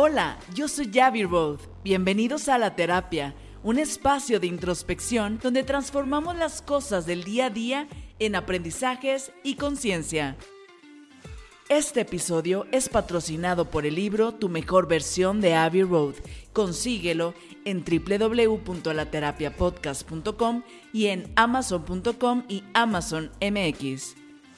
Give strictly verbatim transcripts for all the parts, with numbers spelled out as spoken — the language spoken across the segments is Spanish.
Hola, yo soy Javi Road. Bienvenidos a La Terapia, un espacio de introspección donde transformamos las cosas del día a día en aprendizajes y conciencia. Este episodio es patrocinado por el libro Tu mejor versión de Abbey Road. Consíguelo en doble u doble u doble u punto la terapia podcast punto com y en amazon punto com y Amazon M X.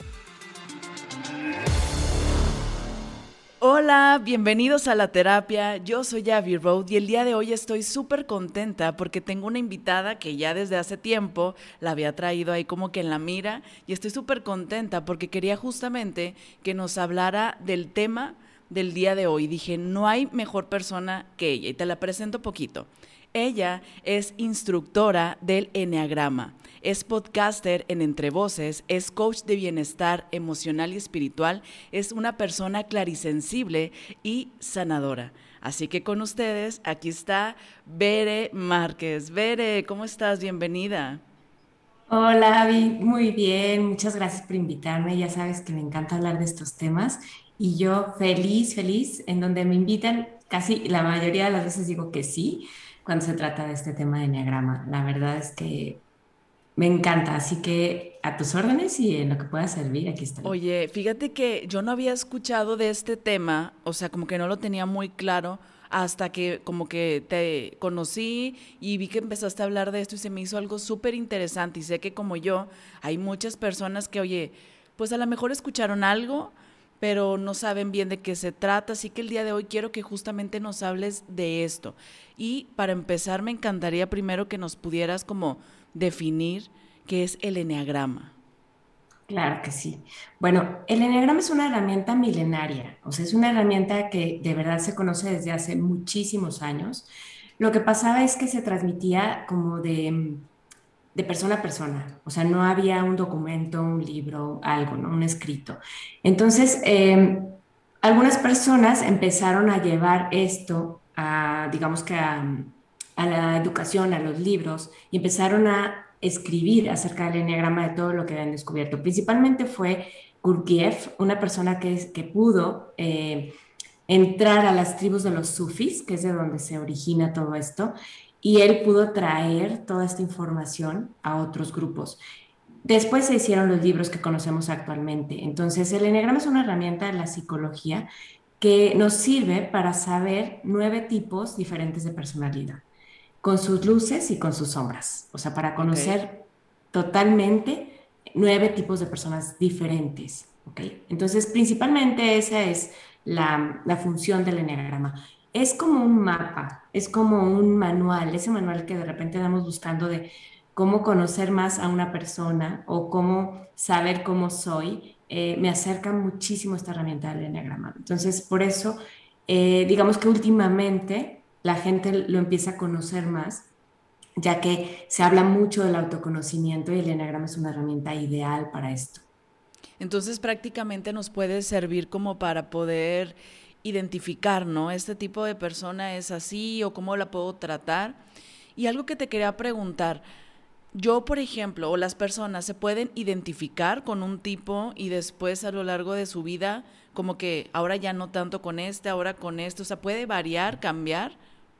Hola, bienvenidos a La Terapia. Yo soy Abbey Road y el día de hoy estoy súper contenta porque tengo una invitada que ya desde hace tiempo la había traído ahí como que en la mira y estoy súper contenta porque quería justamente que nos hablara del tema del día de hoy. Dije, no hay mejor persona que ella y te la presento poquito. Ella es instructora del Eneagrama, es podcaster en Entre Voces, es coach de bienestar emocional y espiritual, es una persona clarisensible y sanadora. Así que con ustedes, aquí está Bere Márquez. Bere, ¿cómo estás? Bienvenida. Hola, Avi, muy bien, muchas gracias por invitarme. Ya sabes que me encanta hablar de estos temas y yo feliz, feliz, en donde me invitan, casi la mayoría de las veces digo que sí, cuando se trata de este tema de enneagrama. La verdad es que me encanta, así que a tus órdenes y en lo que pueda servir, aquí estoy. Oye, fíjate que yo no había escuchado de este tema, o sea, como que no lo tenía muy claro hasta que como que te conocí y vi que empezaste a hablar de esto y se me hizo algo súper interesante y sé que como yo hay muchas personas que, oye, pues a lo mejor escucharon algo, pero no saben bien de qué se trata, así que el día de hoy quiero que justamente nos hables de esto. Y para empezar me encantaría primero que nos pudieras como definir qué es el eneagrama. Claro que sí. Bueno, el enneagrama es una herramienta milenaria, o sea, es una herramienta que de verdad se conoce desde hace muchísimos años. Lo que pasaba es que se transmitía como de, de persona a persona, o sea, no había un documento, un libro, algo, ¿no? Un escrito. Entonces, eh, algunas personas empezaron a llevar esto a, digamos que a, a la educación, a los libros, y empezaron a escribir acerca del enneagrama de todo lo que habían descubierto. Principalmente fue Gurdjieff, una persona que, es- que pudo eh, entrar a las tribus de los sufis, que es de donde se origina todo esto, y él pudo traer toda esta información a otros grupos. Después se hicieron los libros que conocemos actualmente. Entonces, el enneagrama es una herramienta de la psicología que nos sirve para saber nueve tipos diferentes de personalidad, con sus luces y con sus sombras. O sea, para ¿Ok? conocer totalmente nueve tipos de personas diferentes. ¿Ok? Entonces, principalmente esa es la, la función del enneagrama. Es como un mapa, es como un manual, ese manual que de repente andamos buscando de cómo conocer más a una persona o cómo saber cómo soy, eh, me acerca muchísimo esta herramienta del enneagrama. Entonces, por eso, eh, digamos que últimamente la gente lo empieza a conocer más, ya que se habla mucho del autoconocimiento y el enneagrama es una herramienta ideal para esto. Entonces prácticamente nos puede servir como para poder identificar, ¿no? Este tipo de persona es así o cómo la puedo tratar. Y algo que te quería preguntar, yo, por ejemplo, o las personas se pueden identificar con un tipo y después a lo largo de su vida, como que ahora ya no tanto con este, ahora con esto, o sea, puede variar, cambiar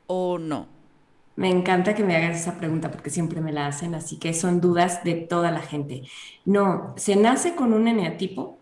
o no. Me encanta que me hagas esa pregunta porque siempre me la hacen, así que son dudas de toda la gente. No, se nace con un eneatipo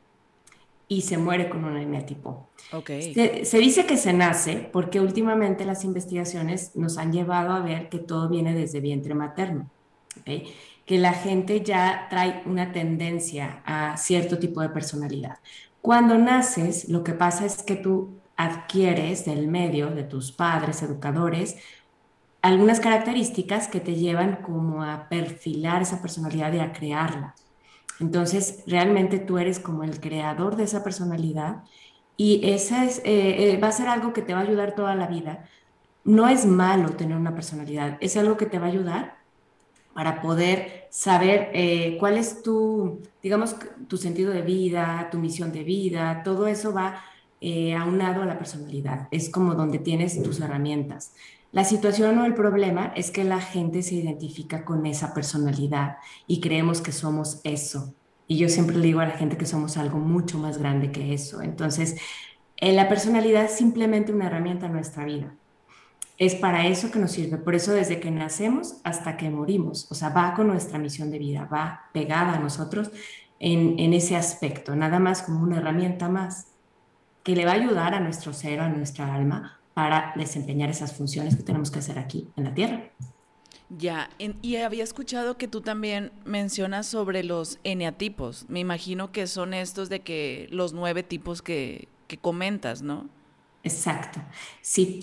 y se muere con un eneatipo. Ok, Se, se dice que se nace porque últimamente las investigaciones nos han llevado a ver que todo viene desde vientre materno, ¿ok? Que la gente ya trae una tendencia a cierto tipo de personalidad. Cuando naces, lo que pasa es que tú adquieres del medio, de tus padres, educadores, algunas características que te llevan como a perfilar esa personalidad y a crearla. Entonces, realmente tú eres como el creador de esa personalidad y esa es, eh, eh, va a ser algo que te va a ayudar toda la vida. No es malo tener una personalidad, es algo que te va a ayudar para poder saber eh, cuál es tu, digamos, tu sentido de vida, tu misión de vida, todo eso va eh, aunado a la personalidad. Es como donde tienes tus herramientas. La situación o el problema es que la gente se identifica con esa personalidad y creemos que somos eso. Y yo siempre le digo a la gente que somos algo mucho más grande que eso. Entonces, Eh, la personalidad es simplemente una herramienta en nuestra vida. Es para eso que nos sirve. Por eso desde que nacemos hasta que morimos, o sea, va con nuestra misión de vida, va pegada a nosotros en, en ese aspecto, nada más como una herramienta más que le va a ayudar a nuestro ser, a nuestra alma, para desempeñar esas funciones que tenemos que hacer aquí en la Tierra. Ya, en- y había escuchado que tú también mencionas sobre los eneatipos. Me imagino que son estos de que los nueve tipos que, que comentas, ¿no? Exacto, sí.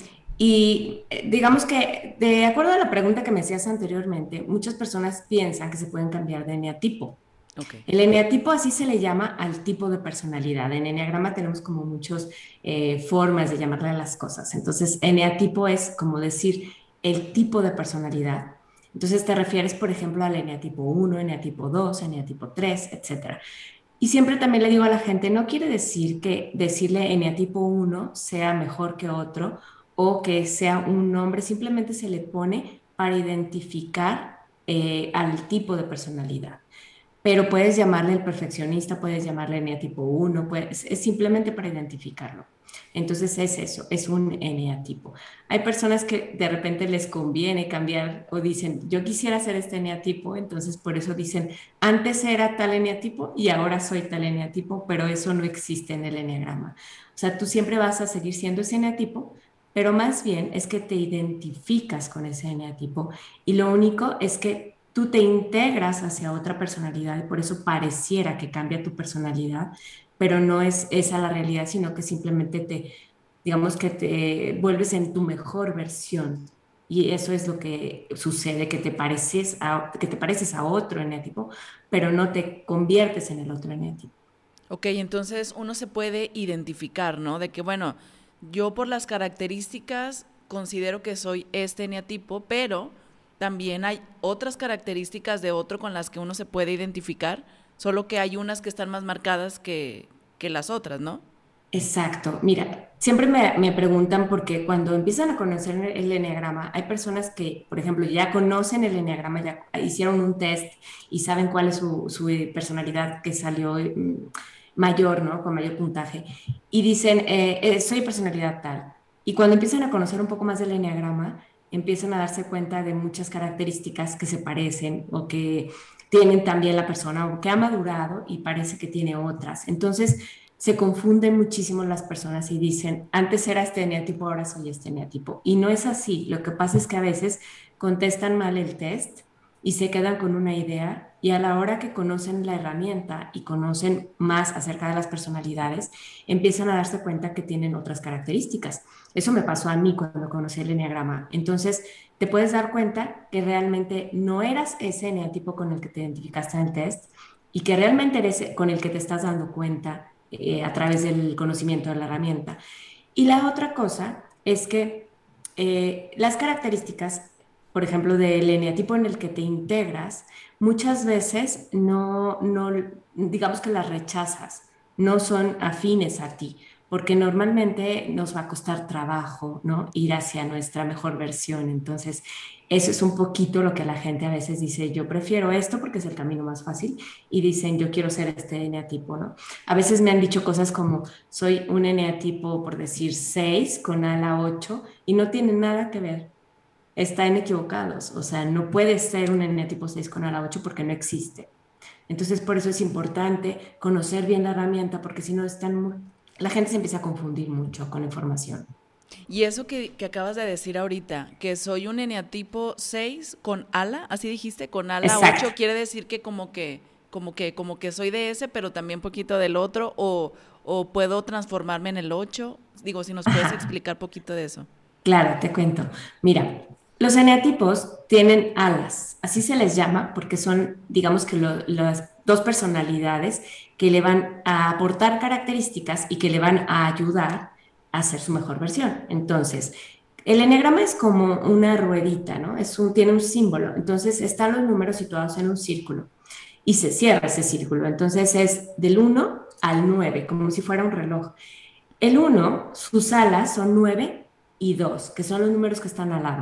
Y eh, digamos que de acuerdo a la pregunta que me hacías anteriormente, muchas personas piensan que se pueden cambiar de eneatipo. Ok. El eneatipo así se le llama al tipo de personalidad. En eneagrama tenemos como muchas formas de llamarle a las cosas. Entonces, eneatipo es como decir el tipo de personalidad. Entonces, te refieres, por ejemplo, al eneatipo uno, eneatipo dos, eneatipo tres, etcétera. Y siempre también le digo a la gente, no quiere decir que decirle eneatipo uno sea mejor que otro o que sea un nombre, simplemente se le pone para identificar eh, al tipo de personalidad. Pero puedes llamarle el perfeccionista, puedes llamarle eneatipo uno, pues, es simplemente para identificarlo. Entonces es eso, es un eneatipo. Hay personas que de repente les conviene cambiar o dicen, yo quisiera ser este eneatipo, entonces por eso dicen, antes era tal eneatipo y ahora soy tal eneatipo, pero eso no existe en el eneagrama. O sea, tú siempre vas a seguir siendo ese eneatipo, pero más bien es que te identificas con ese eneatipo y lo único es que tú te integras hacia otra personalidad y por eso pareciera que cambia tu personalidad, pero no es esa la realidad, sino que simplemente te, digamos que te vuelves en tu mejor versión. Y eso es lo que sucede, que te pareces a, que te pareces a otro eneatipo, pero no te conviertes en el otro eneatipo. Ok, entonces uno se puede identificar, ¿no? De que, bueno, yo por las características considero que soy este eneatipo, pero también hay otras características de otro con las que uno se puede identificar, solo que hay unas que están más marcadas que, que las otras, ¿no? Exacto. Mira, siempre me, me preguntan porque cuando empiezan a conocer el eneagrama, hay personas que, por ejemplo, ya conocen el eneagrama, ya hicieron un test y saben cuál es su, su personalidad que salió mm, mayor, ¿no? Con mayor puntaje. Y dicen, eh, eh, soy personalidad tal. Y cuando empiezan a conocer un poco más del eneagrama, empiezan a darse cuenta de muchas características que se parecen o que tienen también la persona o que ha madurado y parece que tiene otras. Entonces, se confunden muchísimo las personas y dicen, antes era este eneatipo, ahora soy este eneatipo. Y no es así. Lo que pasa es que a veces contestan mal el test y se quedan con una idea y a la hora que conocen la herramienta y conocen más acerca de las personalidades, empiezan a darse cuenta que tienen otras características. Eso me pasó a mí cuando conocí el eneagrama. Entonces, te puedes dar cuenta que realmente no eras ese eneatipo con el que te identificaste en el test y que realmente eres con el que te estás dando cuenta eh, a través del conocimiento de la herramienta. Y la otra cosa es que eh, las características, por ejemplo, del eneatipo en el que te integras, muchas veces no, no, digamos que las rechazas, no son afines a ti, porque normalmente nos va a costar trabajo, ¿no? Ir hacia nuestra mejor versión. Entonces, eso es un poquito lo que la gente a veces dice, yo prefiero esto porque es el camino más fácil, y dicen, yo quiero ser este eneatipo, ¿no? A veces me han dicho cosas como, soy un eneatipo, por decir, seis con ala ocho y no tiene nada que ver. Están equivocados. O sea, no puede ser un eneatipo seis con ala ocho porque no existe. Entonces, por eso es importante conocer bien la herramienta, porque si no, están, la gente se empieza a confundir mucho con la información. Y eso que, que acabas de decir ahorita, que soy un eneatipo seis con ala, así dijiste, con ala Exacto. ocho quiere decir que como que, como que, como que soy de ese, pero también poquito del otro, o, o puedo transformarme en el ocho. Digo, si nos puedes Ajá. explicar poquito de eso. Claro, te cuento. Mira, los eneatipos tienen alas, así se les llama porque son, digamos que lo- las dos personalidades que le van a aportar características y que le van a ayudar a ser su mejor versión. Entonces, el eneagrama es como una ruedita, ¿no? Es un, tiene un símbolo. Entonces, están los números situados en un círculo y se cierra ese círculo. Entonces, es del uno al nueve, como si fuera un reloj. El uno, sus alas son nueve y dos, que son los números que están al lado.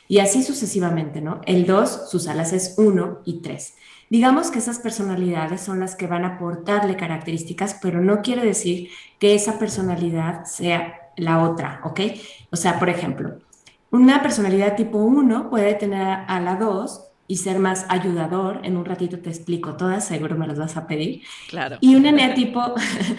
Y así sucesivamente, ¿no? El dos, sus alas es uno y tres. Digamos que esas personalidades son las que van a aportarle características, pero no quiere decir que esa personalidad sea la otra, ¿ok? O sea, por ejemplo, una personalidad tipo uno puede tener a la dos y ser más ayudador. En un ratito te explico todas, seguro me las vas a pedir. Claro. Y un eneatipo,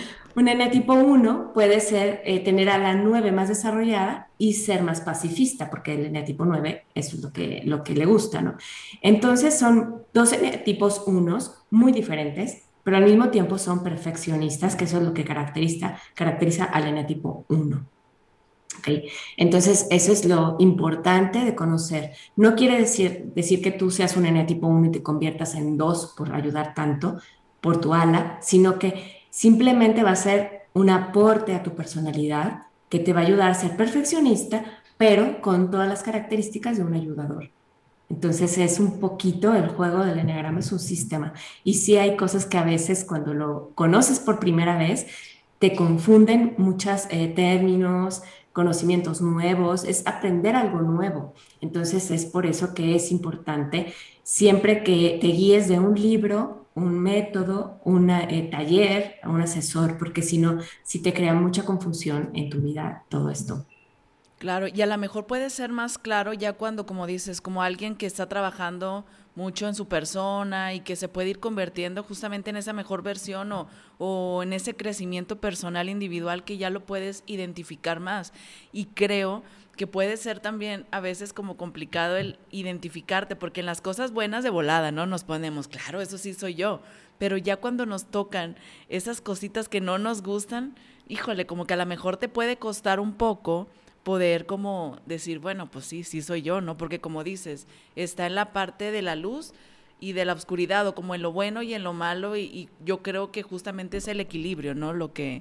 un eneatipo uno puede ser, eh, tener a la nueve más desarrollada y ser más pacifista, porque el eneatipo nueve es lo que, lo que le gusta, ¿no? Entonces son dos eneatipos unos muy diferentes, pero al mismo tiempo son perfeccionistas, que eso es lo que caracteriza, caracteriza al eneatipo uno. ¿Okay? Entonces, eso es lo importante de conocer. No quiere decir, decir que tú seas un eneatipo uno y te conviertas en dos por ayudar tanto por tu ala, sino que simplemente va a ser un aporte a tu personalidad que te va a ayudar a ser perfeccionista, pero con todas las características de un ayudador. Entonces es un poquito el juego del eneagrama, es un sistema. Y sí hay cosas que a veces cuando lo conoces por primera vez te confunden muchos eh, términos, conocimientos nuevos, es aprender algo nuevo. Entonces es por eso que es importante siempre que te guíes de un libro, un método, un eh, taller, un asesor, porque si no, sí te crea mucha confusión en tu vida todo esto. Claro, y a lo mejor puede ser más claro ya cuando, como dices, como alguien que está trabajando mucho en su persona y que se puede ir convirtiendo justamente en esa mejor versión o, o en ese crecimiento personal individual que ya lo puedes identificar más. Y creo que puede ser también a veces como complicado el identificarte, porque en las cosas buenas de volada, ¿no? Nos ponemos, claro, eso sí soy yo, pero ya cuando nos tocan esas cositas que no nos gustan, híjole, como que a lo mejor te puede costar un poco poder como decir, bueno, pues sí, sí soy yo, ¿no? Porque como dices, está en la parte de la luz y de la oscuridad, o como en lo bueno y en lo malo, y, y yo creo que justamente es el equilibrio, ¿no? Lo que,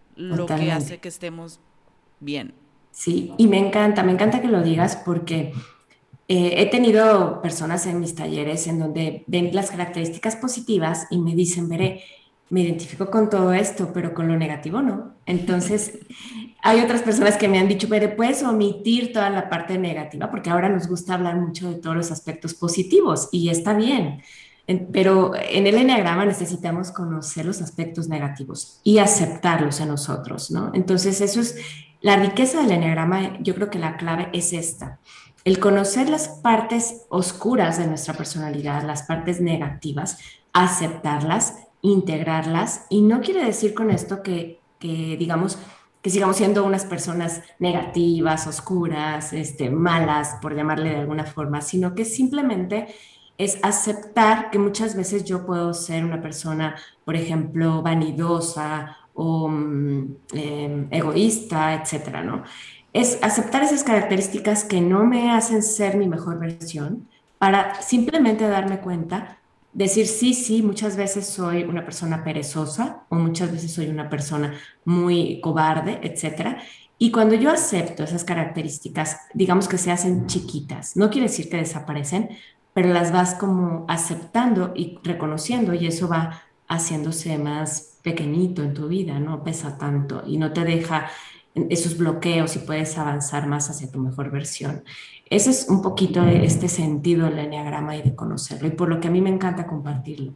lo que hace Totalmente. que estemos bien. Sí, y me encanta, me encanta que lo digas porque eh, he tenido personas en mis talleres en donde ven las características positivas y me dicen, veré, me identifico con todo esto, pero con lo negativo no. Entonces, hay otras personas que me han dicho, pero puedes omitir toda la parte negativa, porque ahora nos gusta hablar mucho de todos los aspectos positivos y está bien. En- Pero en el enneagrama necesitamos conocer los aspectos negativos y aceptarlos en nosotros, ¿no? Entonces, eso es la riqueza del enneagrama. Yo creo que la clave es esta: el conocer las partes oscuras de nuestra personalidad, las partes negativas, aceptarlas, integrarlas. Y no quiere decir con esto que, que digamos, que sigamos siendo unas personas negativas, oscuras, este, malas, por llamarle de alguna forma, sino que simplemente es aceptar que muchas veces yo puedo ser una persona, por ejemplo, vanidosa o mm, eh, egoísta, etcétera, ¿no? Es aceptar esas características que no me hacen ser mi mejor versión para simplemente darme cuenta, decir sí, sí, muchas veces soy una persona perezosa o muchas veces soy una persona muy cobarde, etcétera. Y cuando yo acepto esas características, digamos que se hacen chiquitas, no quiere decir que desaparecen, pero las vas como aceptando y reconociendo y eso va haciéndose más pequeñito en tu vida, no pesa tanto y no te deja esos bloqueos y puedes avanzar más hacia tu mejor versión. Ese es un poquito este sentido del enneagrama y de conocerlo y por lo que a mí me encanta compartirlo.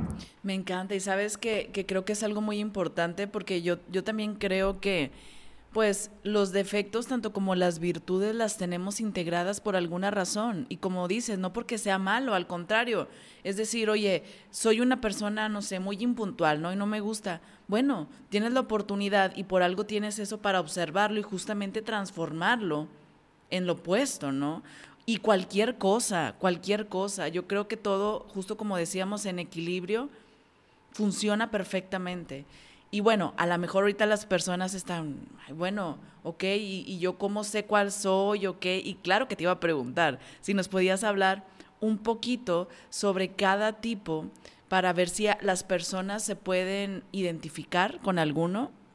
Me encanta y sabes que, que creo que es algo muy importante porque yo, yo también creo que pues los defectos tanto como las virtudes las tenemos integradas por alguna razón y como dices, no porque sea malo, al contrario, es decir, oye, soy una persona, no sé, muy impuntual, ¿no? Y no me gusta. Bueno, tienes la oportunidad y por algo tienes eso para observarlo y justamente transformarlo en lo opuesto, ¿no? Y cualquier cosa, cualquier cosa, yo creo que todo, justo como decíamos, en equilibrio, funciona perfectamente. Y bueno, a lo mejor ahorita las personas están, "Ay, bueno, ok, y, y yo cómo sé cuál soy, ok", y claro que te iba a preguntar si nos podías hablar un poquito sobre cada tipo para ver si a- las personas se pueden identificar con alguno.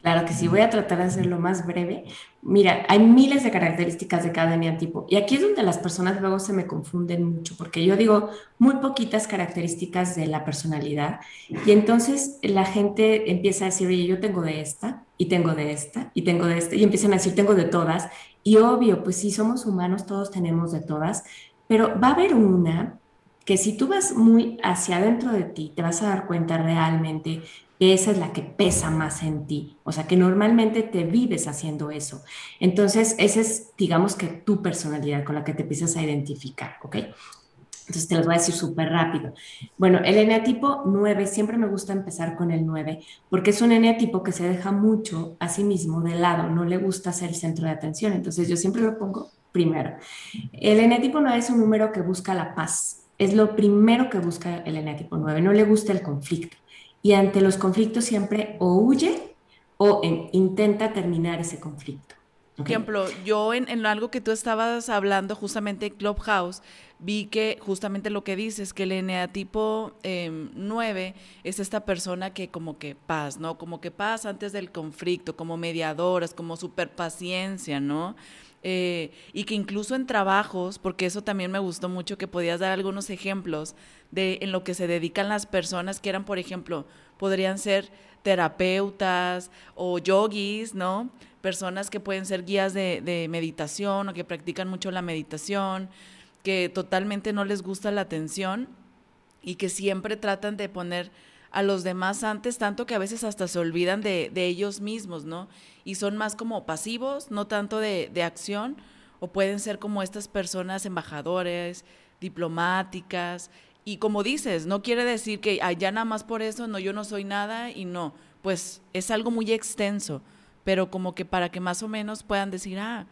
Claro que sí, voy a tratar de hacerlo más breve. Mira, hay miles de características de cada eneatipo y aquí es donde las personas luego se me confunden mucho porque yo digo muy poquitas características de la personalidad y entonces la gente empieza a decir, oye, yo tengo de esta y tengo de esta y tengo de esta y empiezan a decir, tengo de todas y obvio, pues sí, somos humanos, todos tenemos de todas, pero va a haber una que si tú vas muy hacia adentro de ti, te vas a dar cuenta realmente que esa es la que pesa más en ti, o sea, que normalmente te vives haciendo eso. Entonces, esa es, digamos que tu personalidad con la que te empiezas a identificar, ¿ok? Entonces, te los voy a decir súper rápido. Bueno, el eneatipo nueve siempre me gusta empezar con el nueve porque es un eneatipo que se deja mucho a sí mismo de lado, no le gusta ser el centro de atención, entonces yo siempre lo pongo primero. El eneatipo nueve es un número que busca la paz. Es lo primero que busca el eneatipo nueve. No le gusta el conflicto. Y ante los conflictos siempre o huye o en, intenta terminar ese conflicto. ¿Ok? Ejemplo, yo en, en algo que tú estabas hablando justamente en Clubhouse, vi que justamente lo que dices, que el eneatipo eh, nueve es esta persona que como que paz, ¿no? Como que paz antes del conflicto, como mediadoras, como super paciencia, ¿no? Eh, y que incluso en trabajos, porque eso también me gustó mucho, que podías dar algunos ejemplos de en lo que se dedican las personas que eran, por ejemplo, podrían ser terapeutas o yogis, ¿no? Personas que pueden ser guías de, de meditación o que practican mucho la meditación, que totalmente no les gusta la atención y que siempre tratan de poner a los demás antes, tanto que a veces hasta se olvidan de, de ellos mismos, ¿no? Y son más como pasivos, no tanto de, de acción, o pueden ser como estas personas embajadores, diplomáticas, y como dices, no quiere decir que ah, ya nada más por eso, no, yo no soy nada y no, pues es algo muy extenso, pero como que para que más o menos puedan decir, ah,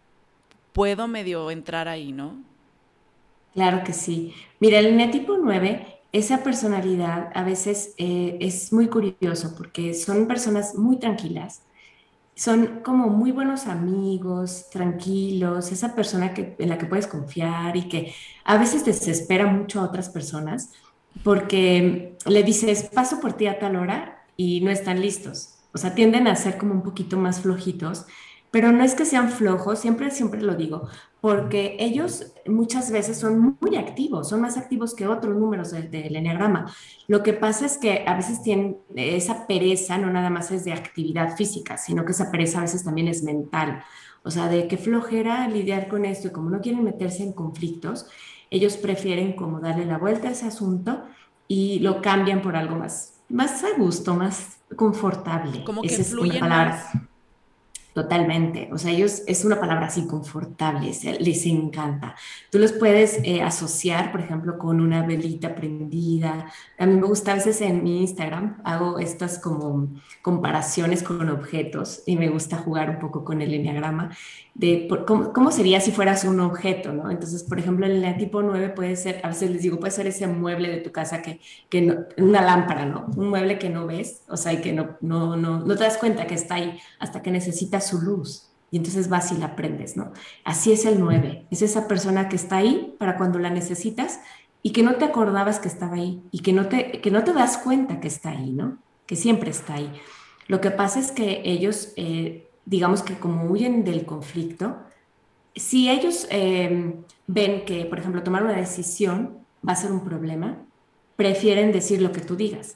puedo medio entrar ahí, ¿no? Claro que sí. Mira, el eneatipo nueve, esa personalidad a veces eh, es muy curioso porque son personas muy tranquilas. Son como muy buenos amigos, tranquilos, esa persona que, en la que puedes confiar y que a veces desespera mucho a otras personas porque le dices, paso por ti a tal hora y no están listos. O sea, tienden a ser como un poquito más flojitos, pero no es que sean flojos, siempre, siempre lo digo, porque ellos muchas veces son muy activos, son más activos que otros números del de, enneagrama. Lo que pasa es que a veces tienen esa pereza, no nada más es de actividad física, sino que esa pereza a veces también es mental. O sea, de qué flojera lidiar con esto y como no quieren meterse en conflictos, ellos prefieren como darle la vuelta a ese asunto y lo cambian por algo más, más a gusto, más confortable. Como que Esa es una fluyen palabra. más. Totalmente, o sea, ellos es una palabra así confortable, se- les encanta. Tú los puedes eh, asociar, por ejemplo, con una velita prendida. A mí me gusta a veces en mi Instagram, hago estas como comparaciones con objetos y me gusta jugar un poco con el enneagrama de por- cómo, cómo sería si fueras un objeto, ¿no? Entonces, por ejemplo, el eneatipo nueve puede ser, a veces les digo, puede ser ese mueble de tu casa que, que no- una lámpara, ¿no? Un mueble que no ves, o sea, y que no, no, no, no te das cuenta que está ahí hasta que necesitas su luz. Y entonces vas y la prendes, ¿no? Así es el nueve. Es esa persona que está ahí para cuando la necesitas y que no te acordabas que estaba ahí y que no te, que no te das cuenta que está ahí, ¿no? Que siempre está ahí. Lo que pasa es que ellos, eh, digamos que como huyen del conflicto, si ellos eh, ven que, por ejemplo, tomar una decisión va a ser un problema, prefieren decir lo que tú digas.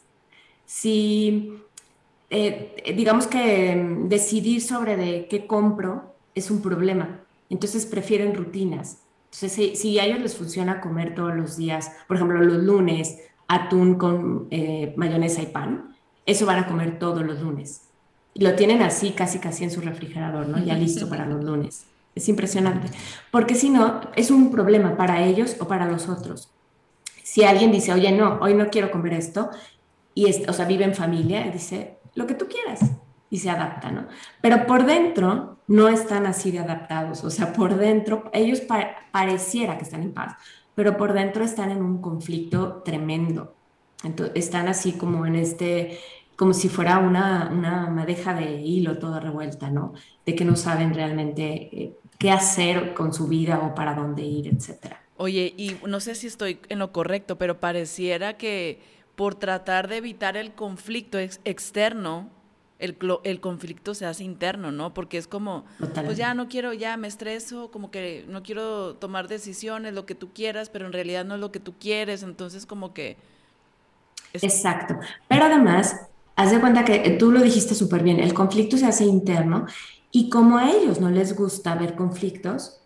Si eh, digamos que mm, decidir sobre de qué compro es un problema. Entonces prefieren rutinas. Entonces, si, si a ellos les funciona comer todos los días, por ejemplo, los lunes, atún con eh, mayonesa y pan, eso van a comer todos los lunes. Y lo tienen así, casi, casi en su refrigerador, ¿no? Ya listo para los lunes. Es impresionante. Porque si no, es un problema para ellos o para los otros. Si alguien dice, oye, no, hoy no quiero comer esto, y es, o sea, vive en familia y dice lo que tú quieras y se adapta, ¿no? Pero por dentro no están así de adaptados, o sea, por dentro ellos pa pareciera que están en paz, pero por dentro están en un conflicto tremendo. Entonces, están así como en este, como si fuera una, una madeja de hilo toda revuelta, ¿no? De que no saben realmente eh, qué hacer con su vida o para dónde ir, etcétera. Oye, y no sé si estoy en lo correcto, pero pareciera que por tratar de evitar el conflicto ex externo, el, clo- el conflicto se hace interno, ¿no? Porque es como, pues ya Totalmente. no quiero, ya me estreso, como que no quiero tomar decisiones, lo que tú quieras, pero en realidad no es lo que tú quieres, entonces como que es Exacto. Pero además, haz de cuenta que eh, tú lo dijiste súper bien, el conflicto se hace interno y como a ellos no les gusta ver conflictos,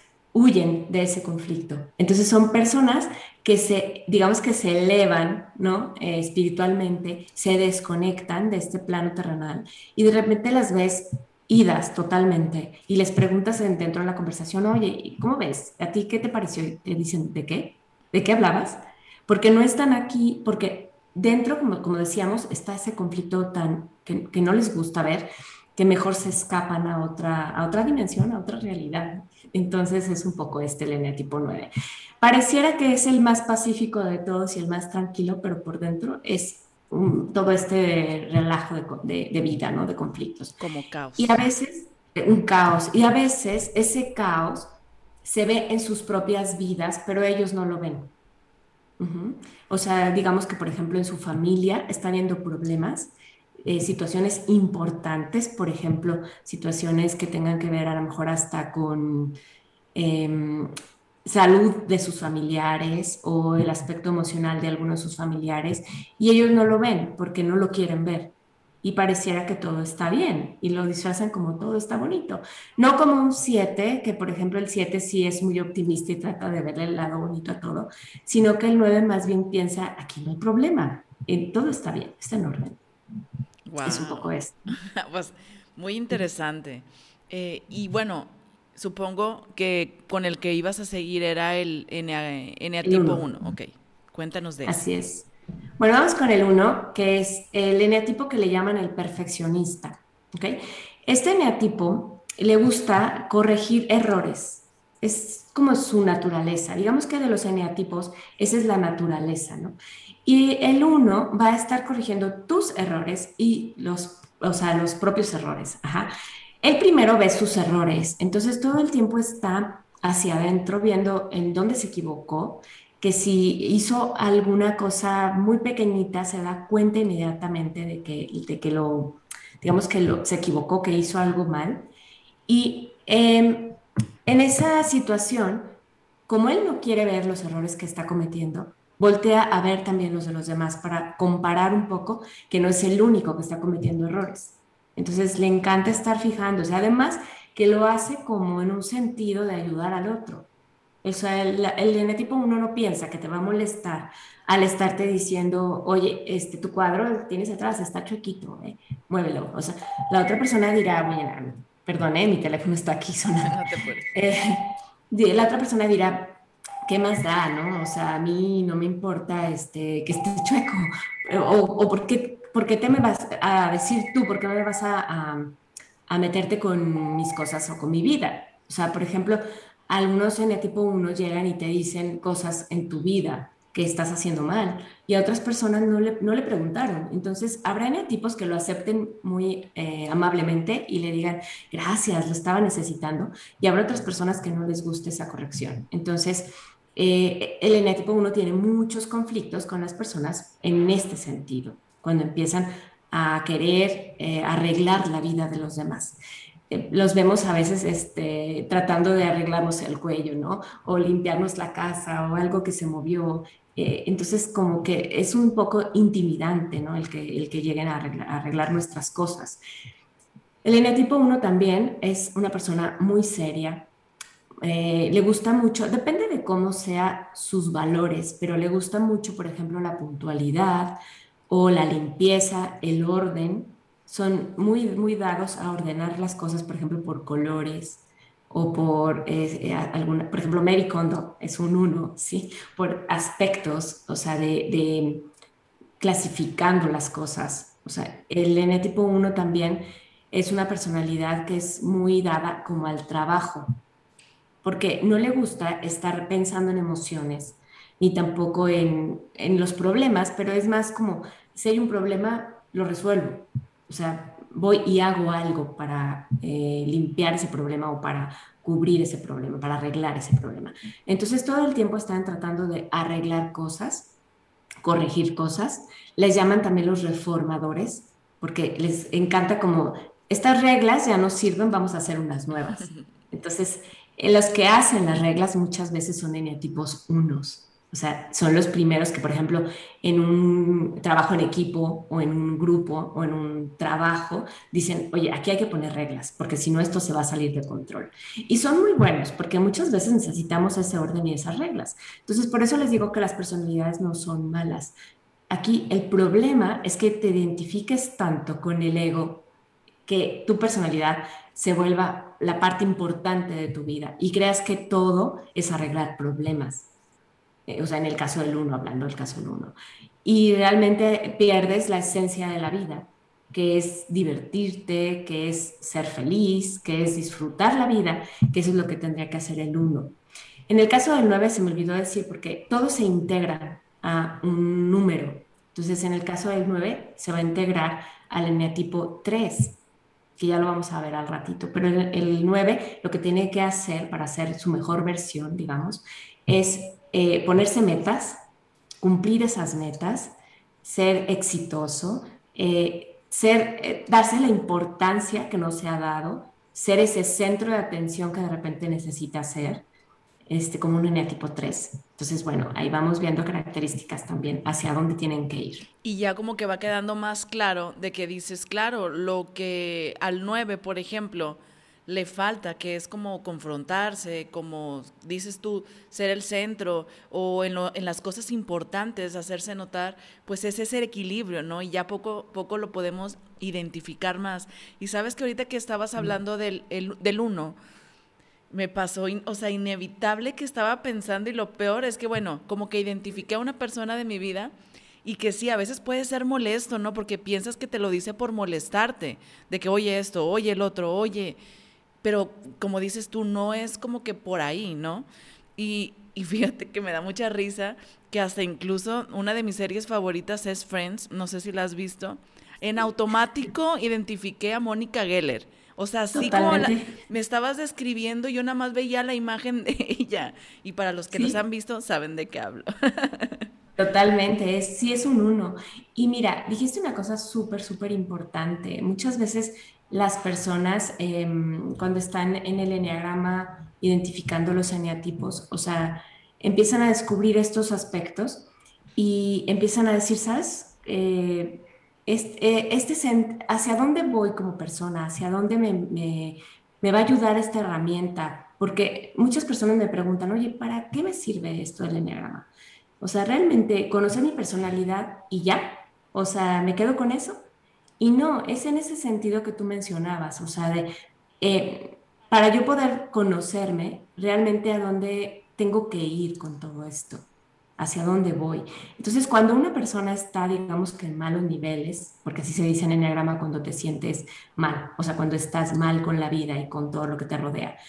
huyen de ese conflicto. Entonces son personas que se, digamos que se elevan, ¿no? Eh, espiritualmente, se desconectan de este plano terrenal y de repente las ves idas totalmente y les preguntas en- dentro de la conversación, oye, ¿y ¿cómo ves? ¿A ti qué te pareció? Y te dicen, ¿de qué? ¿De qué hablabas? Porque no están aquí, porque dentro, como, como decíamos, está ese conflicto tan que, que no les gusta ver, que mejor se escapan a otra, a otra dimensión, a otra realidad. Entonces es un poco este el eneatipo nueve. Pareciera que es el más pacífico de todos y el más tranquilo, pero por dentro es um, todo este relajo de, de, de, vida, ¿no? De conflictos. como Y a caos. veces eh, un caos, y a veces ese caos se ve en sus propias vidas, pero ellos no lo ven. Ujú. O sea, digamos que, por ejemplo, en su familia están viendo problemas, eh, situaciones importantes, por ejemplo, situaciones que tengan que ver a lo mejor hasta con em, salud de sus familiares o el aspecto emocional de algunos de sus familiares, y ellos no lo ven porque no lo quieren ver. Y pareciera que todo está bien y lo disfrazan como todo está bonito. No como un siete que por ejemplo el siete sí es muy optimista y trata de verle el lado bonito a todo, sino que el nueve más bien piensa, aquí no hay problema, eh, todo está bien, está en orden. Es un poco Wow. esto. Pues muy interesante. Eh, y bueno, supongo que con el que ibas a seguir era el N A, El tipo uno. uno. Ok, cuéntanos de ese. Así es. Bueno, vamos con el uno, que es el eneatipo que le llaman el perfeccionista. ¿Ok? Este eneatipo le gusta corregir errores. Es como su naturaleza. Digamos que de los eneatipos, esa es la naturaleza, ¿no? Y el uno va a estar corrigiendo tus errores y los, o sea, los propios errores. Ajá. El primero ve sus errores, entonces todo el tiempo está hacia adentro viendo en dónde se equivocó, que si hizo alguna cosa muy pequeñita se da cuenta inmediatamente de que, de que lo, digamos que lo, se equivocó, que hizo algo mal. Y eh, en esa situación, como él no quiere ver los errores que está cometiendo, voltea a ver también los de los demás para comparar un poco que no es el único que está cometiendo errores. Entonces le encanta estar fijándose, además que lo hace como en un sentido de ayudar al otro. O sea, el, el eneatipo uno no piensa que te va a molestar al estarte diciendo, oye, este, tu cuadro que tienes atrás está chuequito, eh, muévelo. O sea, la otra persona dirá, bueno, perdón, eh, mi teléfono está aquí sonando. No te apures. Eh, la otra persona dirá, ¿qué más da, no? O sea, a mí no me importa este, que esté chueco. O, o ¿por qué, por qué te me vas a decir tú? ¿Por qué me vas a, a, a meterte con mis cosas o con mi vida? O sea, por ejemplo, algunos en el tipo uno llegan y te dicen cosas en tu vida que estás haciendo mal y a otras personas no le, no le preguntaron. Entonces, habrá eneatipos que lo acepten muy eh, amablemente y le digan, gracias, lo estaba necesitando, y habrá otras personas que no les guste esa corrección. Entonces, eh, el eneatipo uno tiene muchos conflictos con las personas en este sentido, cuando empiezan a querer eh, arreglar la vida de los demás. Eh, los vemos a veces este, tratando de arreglarnos el cuello, ¿no? O limpiarnos la casa o algo que se movió. Eh, entonces, como que es un poco intimidante, ¿no? El que, el que lleguen a arreglar, a arreglar nuestras cosas. El eneatipo uno también es una persona muy seria, eh, le gusta mucho, depende de cómo sea sus valores, pero le gusta mucho, por ejemplo, la puntualidad o la limpieza, el orden. Son muy, muy dados a ordenar las cosas, por ejemplo, por colores o por eh, eh, alguna, por ejemplo, Mary Kondo es un uno, ¿sí? Por aspectos, o sea, de, de clasificando las cosas. O sea, el N tipo uno también es una personalidad que es muy dada como al trabajo porque no le gusta estar pensando en emociones ni tampoco en, en los problemas, pero es más como, si hay un problema, lo resuelvo. O sea, voy y hago algo para eh, limpiar ese problema o para cubrir ese problema, para arreglar ese problema. Entonces, todo el tiempo están tratando de arreglar cosas, corregir cosas. Les llaman también los reformadores, porque les encanta como, estas reglas ya no sirven, vamos a hacer unas nuevas. Entonces, eh, los que hacen las reglas muchas veces son eneatipos unos. O sea, son los primeros que, por ejemplo, en un trabajo en equipo o en un grupo o en un trabajo, dicen, oye, aquí hay que poner reglas, porque si no esto se va a salir de control. Y son muy buenos, porque muchas veces necesitamos ese orden y esas reglas. Entonces, por eso les digo que las personalidades no son malas. Aquí el problema es que te identifiques tanto con el ego que tu personalidad se vuelva la parte importante de tu vida y creas que todo es arreglar problemas. Eh, o sea, en el caso del uno, hablando del caso del uno. Y realmente pierdes la esencia de la vida, que es divertirte, que es ser feliz, que es disfrutar la vida, que eso es lo que tendría que hacer el uno. En el caso del nueve se me olvidó decir, porque todo se integra a un número. Entonces, en el caso del nueve se va a integrar al eneatipo tres, que ya lo vamos a ver al ratito, pero el, el nueve lo que tiene que hacer para ser su mejor versión, digamos, es eh, ponerse metas, cumplir esas metas, ser exitoso, eh, ser, eh, darse la importancia que no se ha dado, ser ese centro de atención que de repente necesita ser, este, como un eneatipo tres. Entonces, bueno, ahí vamos viendo características también hacia dónde tienen que ir. Y ya como que va quedando más claro de que dices, claro, lo que al nueve, por ejemplo, le falta, que es como confrontarse, como dices tú, ser el centro o en, lo, en las cosas importantes, hacerse notar, pues es ese equilibrio, ¿no? Y ya poco, poco lo podemos identificar más. Y sabes que ahorita que estabas hablando del, el, del uno, me pasó, in, o sea, inevitable que estaba pensando y lo peor es que, bueno, como que identifiqué a una persona de mi vida y que sí, a veces puede ser molesto, ¿no? Porque piensas que te lo dice por molestarte, de que oye esto, oye el otro, oye, pero como dices tú, no es como que por ahí, ¿no? Y, y fíjate que me da mucha risa que hasta incluso una de mis series favoritas es Friends, no sé si la has visto. En automático identifiqué a Mónica Geller. O sea, así como la, Totalmente. me estabas describiendo, yo nada más veía la imagen de ella. Y para los que nos han Sí, visto, saben de qué hablo. totalmente, es, sí es un uno. Y mira, dijiste una cosa súper, súper importante. Muchas veces las personas em, cuando están en el eneagrama identificando los eneatipos, o sea, empiezan a descubrir estos aspectos y empiezan a decir, ¿sabes? Eh, este, este sen- ¿hacia dónde voy como persona? ¿Hacia dónde me, me, me va a ayudar esta herramienta? Porque muchas personas me preguntan, oye, ¿para qué me sirve esto del eneagrama? O sea, realmente conocer mi personalidad y ya. O sea, me quedo con eso. Y no, es en ese sentido que tú mencionabas. O sea, de, eh, para yo poder conocerme, realmente a dónde tengo que ir con todo esto, hacia dónde voy. Entonces, cuando una persona está, digamos que en malos niveles, porque así se dice en Enneagrama cuando te sientes mal, o sea, cuando estás mal con la vida y con todo lo que te rodea,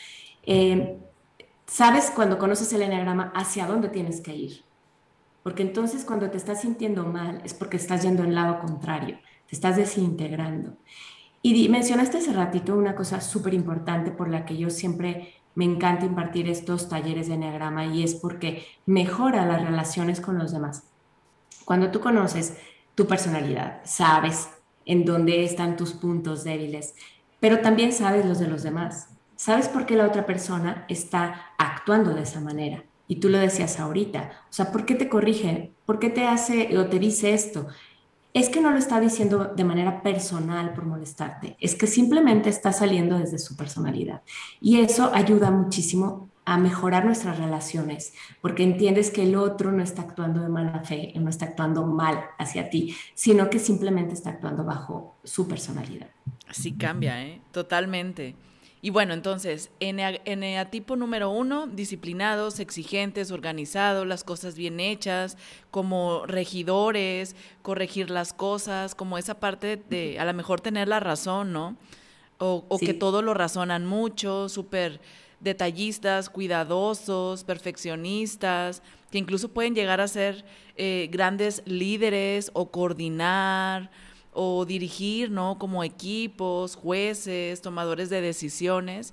eh, sabes cuando conoces el Enneagrama hacia dónde tienes que ir. Porque entonces cuando te estás sintiendo mal es porque estás yendo al lado contrario, te estás desintegrando. Y di- mencionaste hace ratito una cosa súper importante por la que yo siempre me encanta impartir estos talleres de enneagrama y es porque mejora las relaciones con los demás. Cuando tú conoces tu personalidad, sabes en dónde están tus puntos débiles, pero también sabes los de los demás. Sabes por qué la otra persona está actuando de esa manera. Y tú lo decías ahorita. O sea, ¿por qué te corrige? ¿Por qué te hace o te dice esto? Es que no lo está diciendo de manera personal por molestarte, es que simplemente está saliendo desde su personalidad. Y eso ayuda muchísimo a mejorar nuestras relaciones, porque entiendes que el otro no está actuando de mala fe, no está actuando mal hacia ti, sino que simplemente está actuando bajo su personalidad. Sí cambia, ¿eh? Totalmente. Y bueno, entonces, Enea- eneatipo número uno, disciplinados, exigentes, organizados, las cosas bien hechas, como regidores, corregir las cosas, como esa parte de a lo mejor tener la razón, ¿no? O, o que Sí, todo lo razonan mucho, súper detallistas, cuidadosos, perfeccionistas, que incluso pueden llegar a ser eh, grandes líderes o coordinar o dirigir, ¿no? Como equipos, jueces, tomadores de decisiones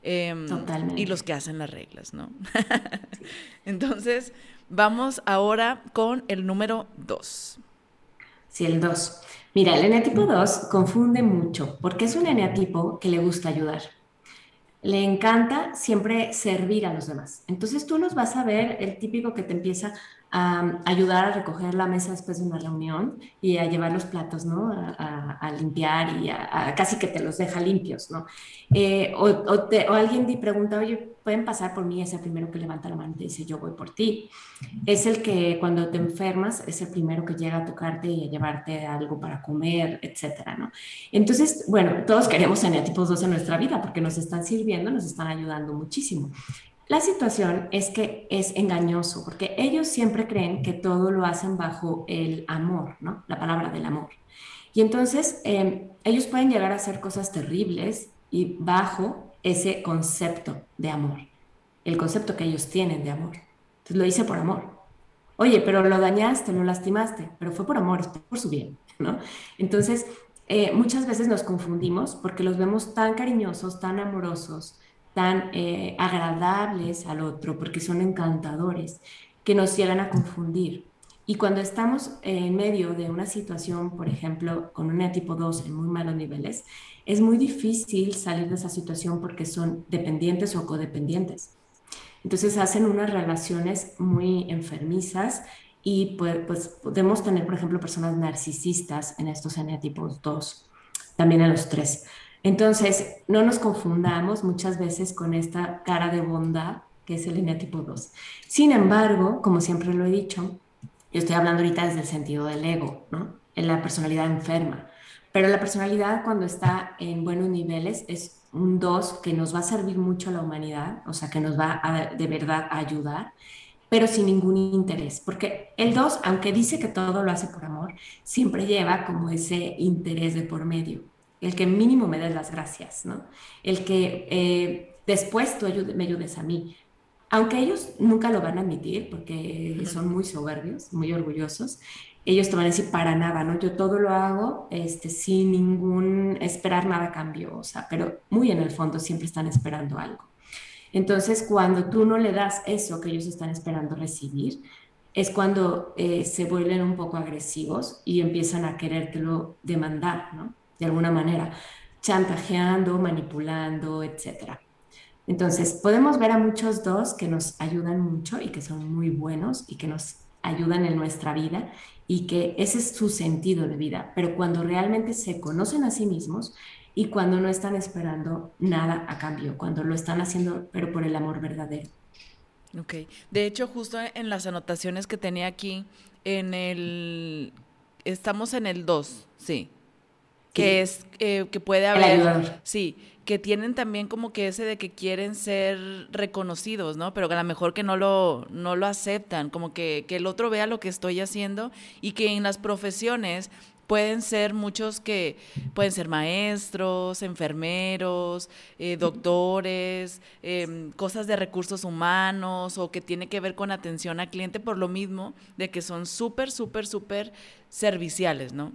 eh, y los totalmente. que hacen las reglas, ¿no? Entonces, vamos ahora con el número dos. Sí, el dos. Mira, el eneatipo dos confunde mucho porque es un eneatipo que le gusta ayudar. Le encanta siempre servir a los demás. Entonces tú nos vas a ver el típico que te empieza a um, ayudar a recoger la mesa después de una reunión y a llevar los platos, ¿no? A, a- a limpiar y a, a casi que te los deja limpios, ¿no? Eh, o, o te- o alguien te pregunta, oye, ¿pueden pasar por mí? Es el primero que levanta la mano y te dice, yo voy por ti. Es el que cuando te enfermas es el primero que llega a tocarte y a llevarte algo para comer, etcétera, ¿no? Entonces, bueno, todos queremos eneatipos dos en nuestra vida porque nos están sirviendo, nos están ayudando muchísimo. La situación es que es engañoso porque ellos siempre creen que todo lo hacen bajo el amor, ¿no? La palabra del amor. Y entonces eh, ellos pueden llegar a hacer cosas terribles y bajo ese concepto de amor, el concepto que ellos tienen de amor. Entonces lo hice por amor. Oye, pero lo dañaste, lo lastimaste, pero fue por amor, es por su bien, ¿no? Entonces, eh, muchas veces nos confundimos porque los vemos tan cariñosos, tan amorosos, tan eh, agradables al otro, porque son encantadores, que nos llegan a confundir. Y cuando estamos en medio de una situación, por ejemplo, con una tipo dos en muy malos niveles, es muy difícil salir de esa situación porque son dependientes o codependientes. Entonces hacen unas relaciones muy enfermizas y pues, pues podemos tener, por ejemplo, personas narcisistas en estos eneatipos dos, también en los tres. Entonces, no nos confundamos muchas veces con esta cara de bondad que es el eneatipo dos. Sin embargo, como siempre lo he dicho, yo estoy hablando ahorita desde el sentido del ego, ¿no? En la personalidad enferma. Pero la personalidad cuando está en buenos niveles es un dos que nos va a servir mucho a la humanidad, o sea, que nos va a, de verdad a ayudar, pero sin ningún interés, porque el dos, aunque dice que todo lo hace por amor, siempre lleva como ese interés de por medio, el que mínimo me des las gracias, ¿no? El que eh, después tú ayude, me ayudes a mí. Aunque ellos nunca lo van a admitir porque son muy soberbios, muy orgullosos, ellos te van a decir para nada, ¿no? Yo todo lo hago este, sin ningún esperar nada a cambio, o sea, pero muy en el fondo siempre están esperando algo. Entonces, cuando tú no le das eso que ellos están esperando recibir, es cuando eh, se vuelven un poco agresivos y empiezan a querértelo demandar, ¿no? De alguna manera, chantajeando, manipulando, etcétera. Entonces, podemos ver a muchos dos que nos ayudan mucho y que son muy buenos y que nos ayudan en nuestra vida y que ese es su sentido de vida, pero cuando realmente se conocen a sí mismos y cuando no están esperando nada a cambio, cuando lo están haciendo, pero por el amor verdadero. Ok. De hecho, justo en las anotaciones que tenía aquí, en el... Estamos en el dos, sí. Que Sí, es, eh, que puede el haber, ayudador. sí, que tienen también como que ese de que quieren ser reconocidos, ¿no? Pero que a lo mejor que no lo, no lo aceptan, como que, que el otro vea lo que estoy haciendo y que en las profesiones pueden ser muchos que pueden ser maestros, enfermeros, eh, doctores, eh, cosas de recursos humanos o que tiene que ver con atención al cliente por lo mismo de que son súper, súper, súper serviciales, ¿no?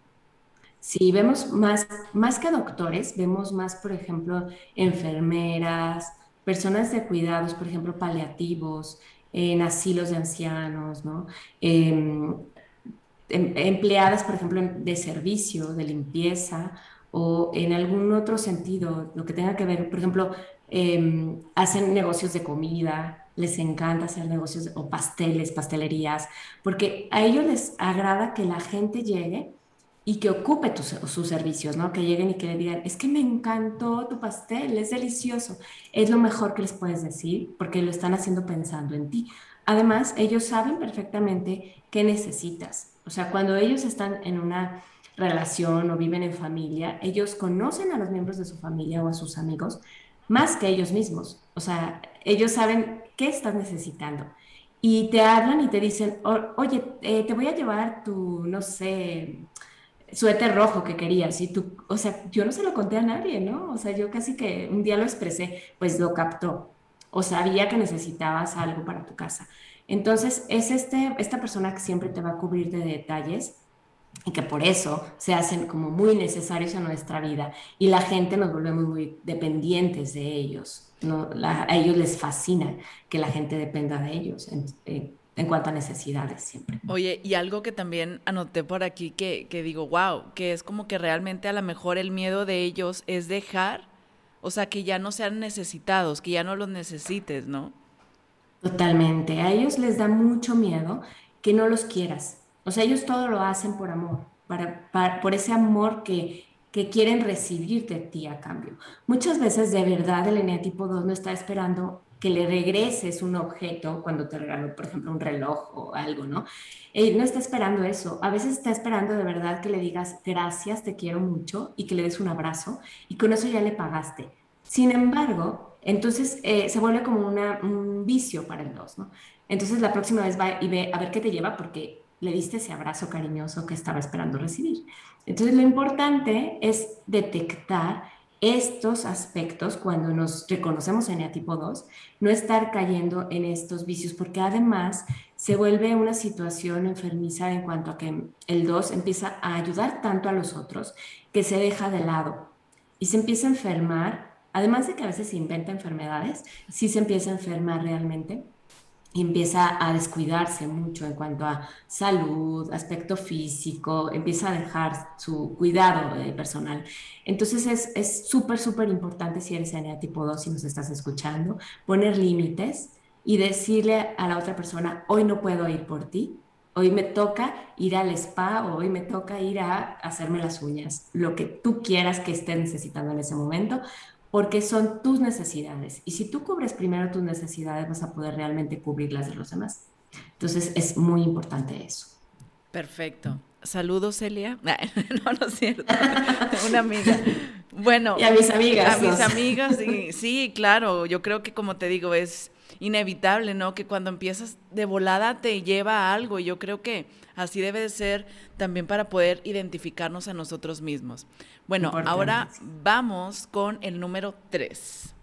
Sí, vemos más, más que doctores, vemos más, por ejemplo, enfermeras, personas de cuidados, por ejemplo, paliativos, en asilos de ancianos, ¿no? Em, em- empleadas, por ejemplo, en- de servicio, de limpieza o en algún otro sentido, lo que tenga que ver, por ejemplo, em, hacen negocios de comida, les encanta hacer negocios de- o pasteles, pastelerías, porque a ellos les agrada que la gente llegue y que ocupe tus, sus servicios, ¿no? Que lleguen y que le digan, es que me encantó tu pastel, es delicioso. Es lo mejor que les puedes decir porque lo están haciendo pensando en ti. Además, ellos saben perfectamente qué necesitas. O sea, cuando ellos están en una relación o viven en familia, ellos conocen a los miembros de su familia o a sus amigos más que ellos mismos. O sea, ellos saben qué estás necesitando. Y te hablan y te dicen, "O- oye, eh, te voy a llevar tu, no sé, suéter rojo que querías". Y tú, o sea, yo no se lo conté a nadie, ¿no? O sea, yo casi que un día lo expresé, pues lo captó o sabía que necesitabas algo para tu casa. Entonces, es este, esta persona que siempre te va a cubrir de detalles y que por eso se hacen como muy necesarios en nuestra vida y la gente nos volvemos muy dependientes de ellos. ¿No? La- a ellos les fascina que la gente dependa de ellos. En- eh, en cuanto a necesidades siempre. Oye, y algo que también anoté por aquí que, que digo, wow, que es como que realmente a lo mejor el miedo de ellos es dejar, o sea, que ya no sean necesitados, que ya no los necesites, ¿no? Totalmente. A ellos les da mucho miedo que no los quieras. O sea, ellos todo lo hacen por amor, para, para- por ese amor que, que quieren recibir de ti a cambio. Muchas veces, de verdad, el eneatipo dos no está esperando que le regreses un objeto cuando te regaló, por ejemplo, un reloj o algo, ¿no? Él no está esperando eso. A veces está esperando de verdad que le digas gracias, te quiero mucho y que le des un abrazo y con eso ya le pagaste. Sin embargo, entonces eh, se vuelve como una, un vicio para el dos, ¿no? Entonces la próxima vez va y ve a ver qué te lleva porque le diste ese abrazo cariñoso que estaba esperando recibir. Entonces lo importante es detectar estos aspectos cuando nos reconocemos en tipo dos, no estar cayendo en estos vicios, porque además se vuelve una situación enfermiza en cuanto a que el dos empieza a ayudar tanto a los otros que se deja de lado y se empieza a enfermar, además de que a veces se inventa enfermedades, sí se empieza a enfermar realmente y empieza a descuidarse mucho en cuanto a salud, aspecto físico, empieza a dejar su cuidado eh, personal. Entonces es es súper, súper importante si eres N A tipo dos y nos estás escuchando, poner límites y decirle a la otra persona, hoy no puedo ir por ti. Hoy me toca ir al spa o hoy me toca ir a hacerme las uñas, lo que tú quieras que estés necesitando en ese momento, porque son tus necesidades. Y si tú cubres primero tus necesidades, vas a poder realmente cubrir las de los demás. Entonces es muy importante eso. Perfecto. Saludos, Celia. No, no es cierto. Una amiga. Y Bueno, a mis a amigas, mis los... amigas, sí, sí, claro. Yo creo que como te digo, es inevitable, ¿no? Que cuando empiezas de volada te lleva a algo. Y yo creo que así debe de ser también para poder identificarnos a nosotros mismos. Bueno, Importante. ahora vamos con el número tres.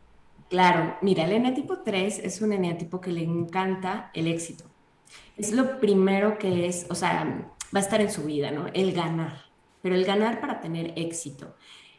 Claro, mira, el eneatipo tres es un eneatipo que le encanta el éxito. Es lo primero que es, o sea, va a estar en su vida, ¿no? El ganar, pero el ganar para tener éxito.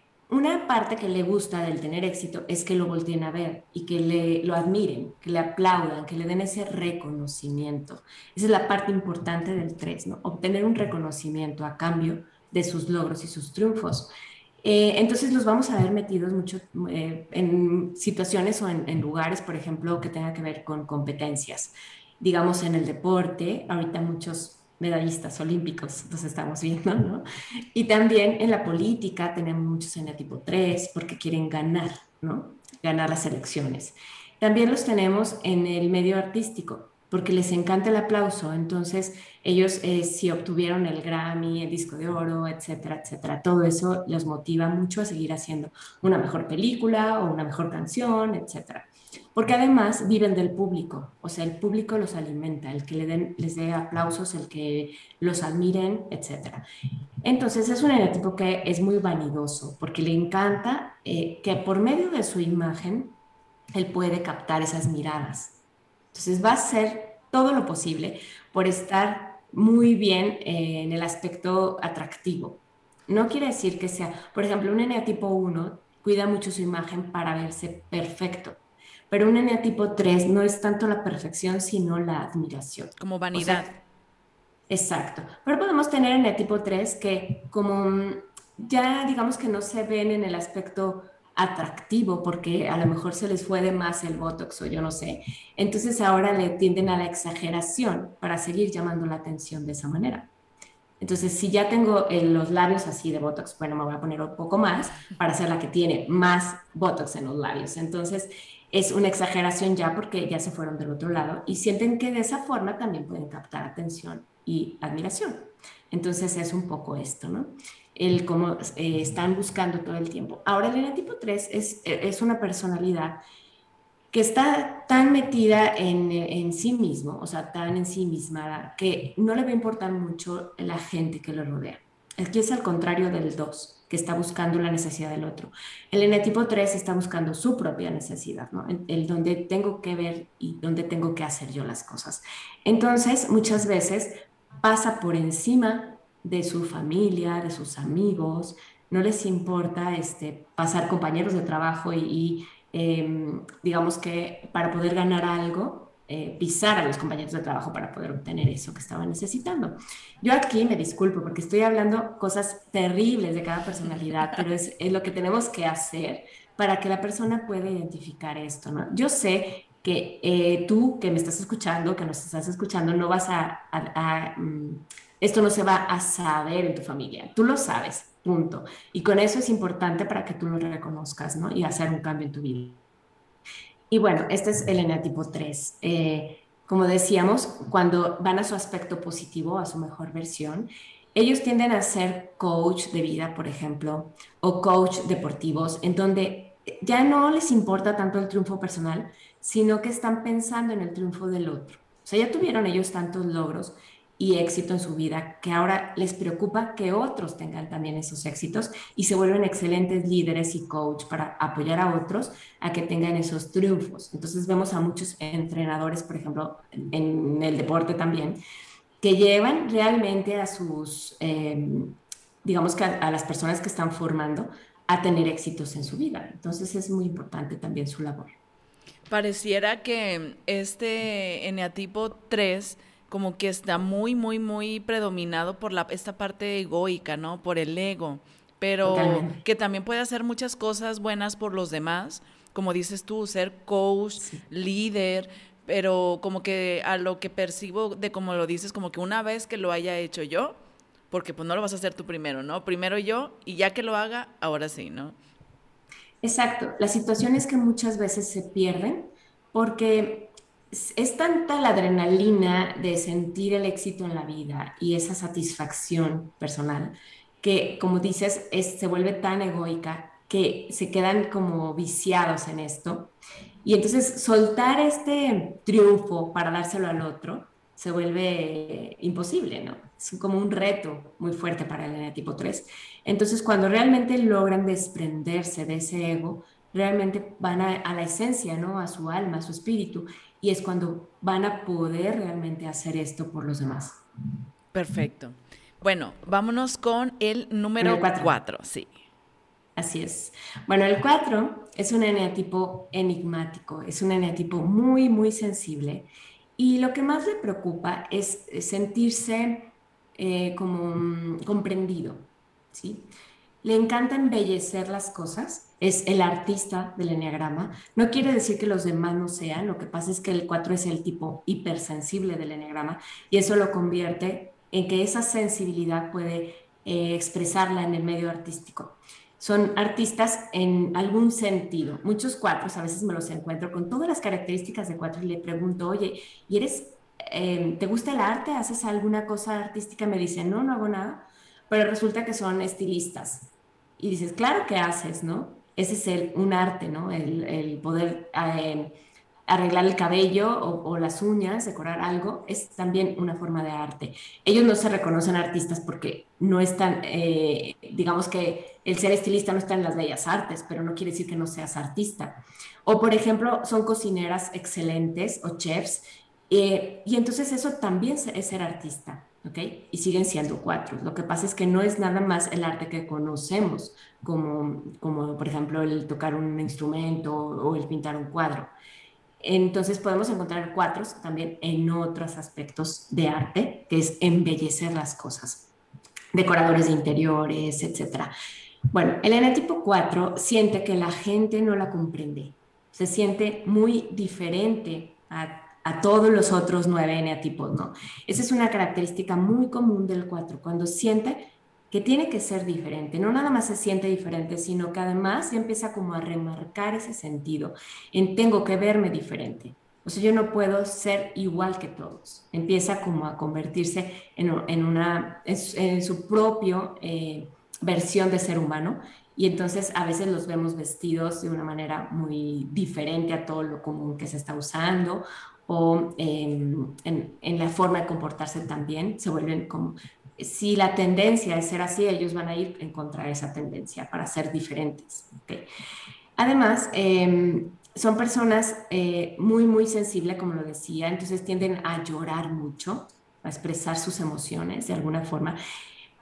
Una parte que le gusta del tener éxito es que lo volteen a ver y que le, lo admiren, que le aplaudan, que le den ese reconocimiento. Esa es la parte importante del tres, ¿no? Obtener un reconocimiento a cambio de sus logros y sus triunfos. Eh, entonces los vamos a ver metidos mucho eh, en situaciones o en, en lugares, por ejemplo, que tenga que ver con competencias. Digamos, en el deporte, ahorita muchos medallistas olímpicos los estamos viendo, ¿no? Y también en la política tenemos muchos en el tipo tres porque quieren ganar, ¿no? Ganar las elecciones. También los tenemos en el medio artístico porque les encanta el aplauso. Entonces, ellos eh, si obtuvieron el Grammy, el disco de oro, etcétera, etcétera, todo eso los motiva mucho a seguir haciendo una mejor película o una mejor canción, etcétera. Porque además viven del público, o sea, el público los alimenta, el que le den, les dé aplausos, el que los admiren, etcétera. Entonces es un eneatipo que es muy vanidoso porque le encanta eh, que por medio de su imagen él puede captar esas miradas. Entonces va a hacer todo lo posible por estar muy bien eh, en el aspecto atractivo. No quiere decir que sea, por ejemplo, un eneatipo uno cuida mucho su imagen para verse perfecto, pero un eneatipo tres no es tanto la perfección, sino la admiración. Como O vanidad. sea, exacto. Pero podemos tener en el tipo tres que como mm, ya digamos que no se ven en el aspecto atractivo porque a lo mejor se les fue de más el botox o yo no sé. Entonces ahora le tienden a la exageración para seguir llamando la atención de esa manera. Entonces, si ya tengo eh, los labios así de Botox, bueno, me voy a poner un poco más para ser la que tiene más Botox en los labios. Entonces, es una exageración ya porque ya se fueron del otro lado y sienten que de esa forma también pueden captar atención y admiración. Entonces, es un poco esto, ¿no? El cómo eh, están buscando todo el tiempo. Ahora, el eneatipo tres es, es una personalidad que está tan metida en, en sí mismo, o sea, tan ensimismada, que no le va a importar mucho la gente que lo rodea. Aquí es al contrario del dos, que está buscando la necesidad del otro. El enetipo tres está buscando su propia necesidad, ¿no? El, el donde tengo que ver y donde tengo que hacer yo las cosas. Entonces, muchas veces pasa por encima de su familia, de sus amigos, no les importa este, pasar compañeros de trabajo y, y eh, digamos que para poder ganar algo, eh, pisar a los compañeros de trabajo para poder obtener eso que estaban necesitando. Yo aquí me disculpo porque estoy hablando cosas terribles de cada personalidad, pero es, es lo que tenemos que hacer para que la persona pueda identificar esto, ¿no? Yo sé que eh, tú que me estás escuchando, que nos estás escuchando, no vas a, a, a um, esto no se va a saber en tu familia, tú lo sabes, punto. Y con eso es importante para que tú lo reconozcas, ¿no? Y hacer un cambio en tu vida. Y bueno, este es el eneatipo tres. Eh, como decíamos, cuando van a su aspecto positivo, a su mejor versión, ellos tienden a ser coach de vida, por ejemplo, o coach deportivos, en donde ya no les importa tanto el triunfo personal, sino que están pensando en el triunfo del otro. O sea, ya tuvieron ellos tantos logros y éxito en su vida que ahora les preocupa que otros tengan también esos éxitos y se vuelven excelentes líderes y coach para apoyar a otros a que tengan esos triunfos. Entonces vemos a muchos entrenadores, por ejemplo, en el deporte también, que llevan realmente a sus, eh, digamos que a, a las personas que están formando a tener éxitos en su vida. Entonces es muy importante también su labor. Pareciera que este eneatipo tres como que está muy, muy, muy predominado por la, esta parte egoica, ¿no? Por el ego, pero Totalmente. que también puede hacer muchas cosas buenas por los demás, como dices tú, ser coach, Sí. líder, pero como que a lo que percibo de como lo dices, como que una vez que lo haya hecho yo, porque pues no lo vas a hacer tú primero, ¿no? Primero yo y ya que lo haga, ahora sí, ¿no? Exacto. La situación es que muchas veces se pierden porque es, es tanta la adrenalina de sentir el éxito en la vida y esa satisfacción personal que, como dices, es- se vuelve tan egoica que se quedan como viciados en esto. Y entonces soltar este triunfo para dárselo al otro se vuelve imposible, ¿no? Es como un reto muy fuerte para el eneatipo tres. Entonces, cuando realmente logran desprenderse de ese ego, realmente van a, a la esencia, ¿no? A su alma, a su espíritu, y es cuando van a poder realmente hacer esto por los demás. Perfecto. Bueno, vámonos con el Con el número cuatro. cuatro, sí. Así es. Bueno, el cuatro es un eneatipo enigmático, es un eneatipo muy, muy sensible y lo que más le preocupa es sentirse eh, como mm, comprendido, ¿sí? Le encanta embellecer las cosas, es el artista del enneagrama. No quiere decir que los demás no sean, lo que pasa es que el cuatro es el tipo hipersensible del enneagrama y eso lo convierte en que esa sensibilidad puede eh, expresarla en el medio artístico. Son artistas en algún sentido. Muchos cuatros, a veces me los encuentro con todas las características de cuatro y le pregunto, oye, ¿y eres, eh, te gusta el arte? ¿Haces alguna cosa artística? Me dicen, no, no hago nada, pero resulta que son estilistas. Y dices, claro que haces, ¿no? Ese es el, un arte, ¿no? El, el poder eh, arreglar el cabello o, o, las uñas, decorar algo, es también una forma de arte. Ellos no se reconocen artistas porque no están, eh, digamos que el ser estilista no está en las bellas artes, pero no quiere decir que no seas artista. O, por ejemplo, son cocineras excelentes o chefs, eh, y entonces eso también es ser artista. ¿Ok? Y siguen siendo cuatro. Lo que pasa es que no es nada más el arte que conocemos, como, como por ejemplo el tocar un instrumento o el pintar un cuadro. Entonces podemos encontrar cuatros también en otros aspectos de arte, que es embellecer las cosas, decoradores de interiores, etcétera. Bueno, el enetipo cuatro siente que la gente no la comprende, se siente muy diferente a, a todos los otros nueve eneatipos, ¿no? Esa es una característica muy común del cuatro, cuando siente que tiene que ser diferente, no nada más se siente diferente, sino que además ya empieza como a remarcar ese sentido, en tengo que verme diferente. O sea, yo no puedo ser igual que todos. Empieza como a convertirse en, en una, en, en su propio eh, versión de ser humano y entonces a veces los vemos vestidos de una manera muy diferente a todo lo común que se está usando o eh, en, en, la forma de comportarse también se vuelven como, si la tendencia es ser así, ellos van a ir en contra de esa tendencia para ser diferentes. ¿Okay? Además, eh, son personas eh, muy, muy sensibles, como lo decía, entonces tienden a llorar mucho, a expresar sus emociones de alguna forma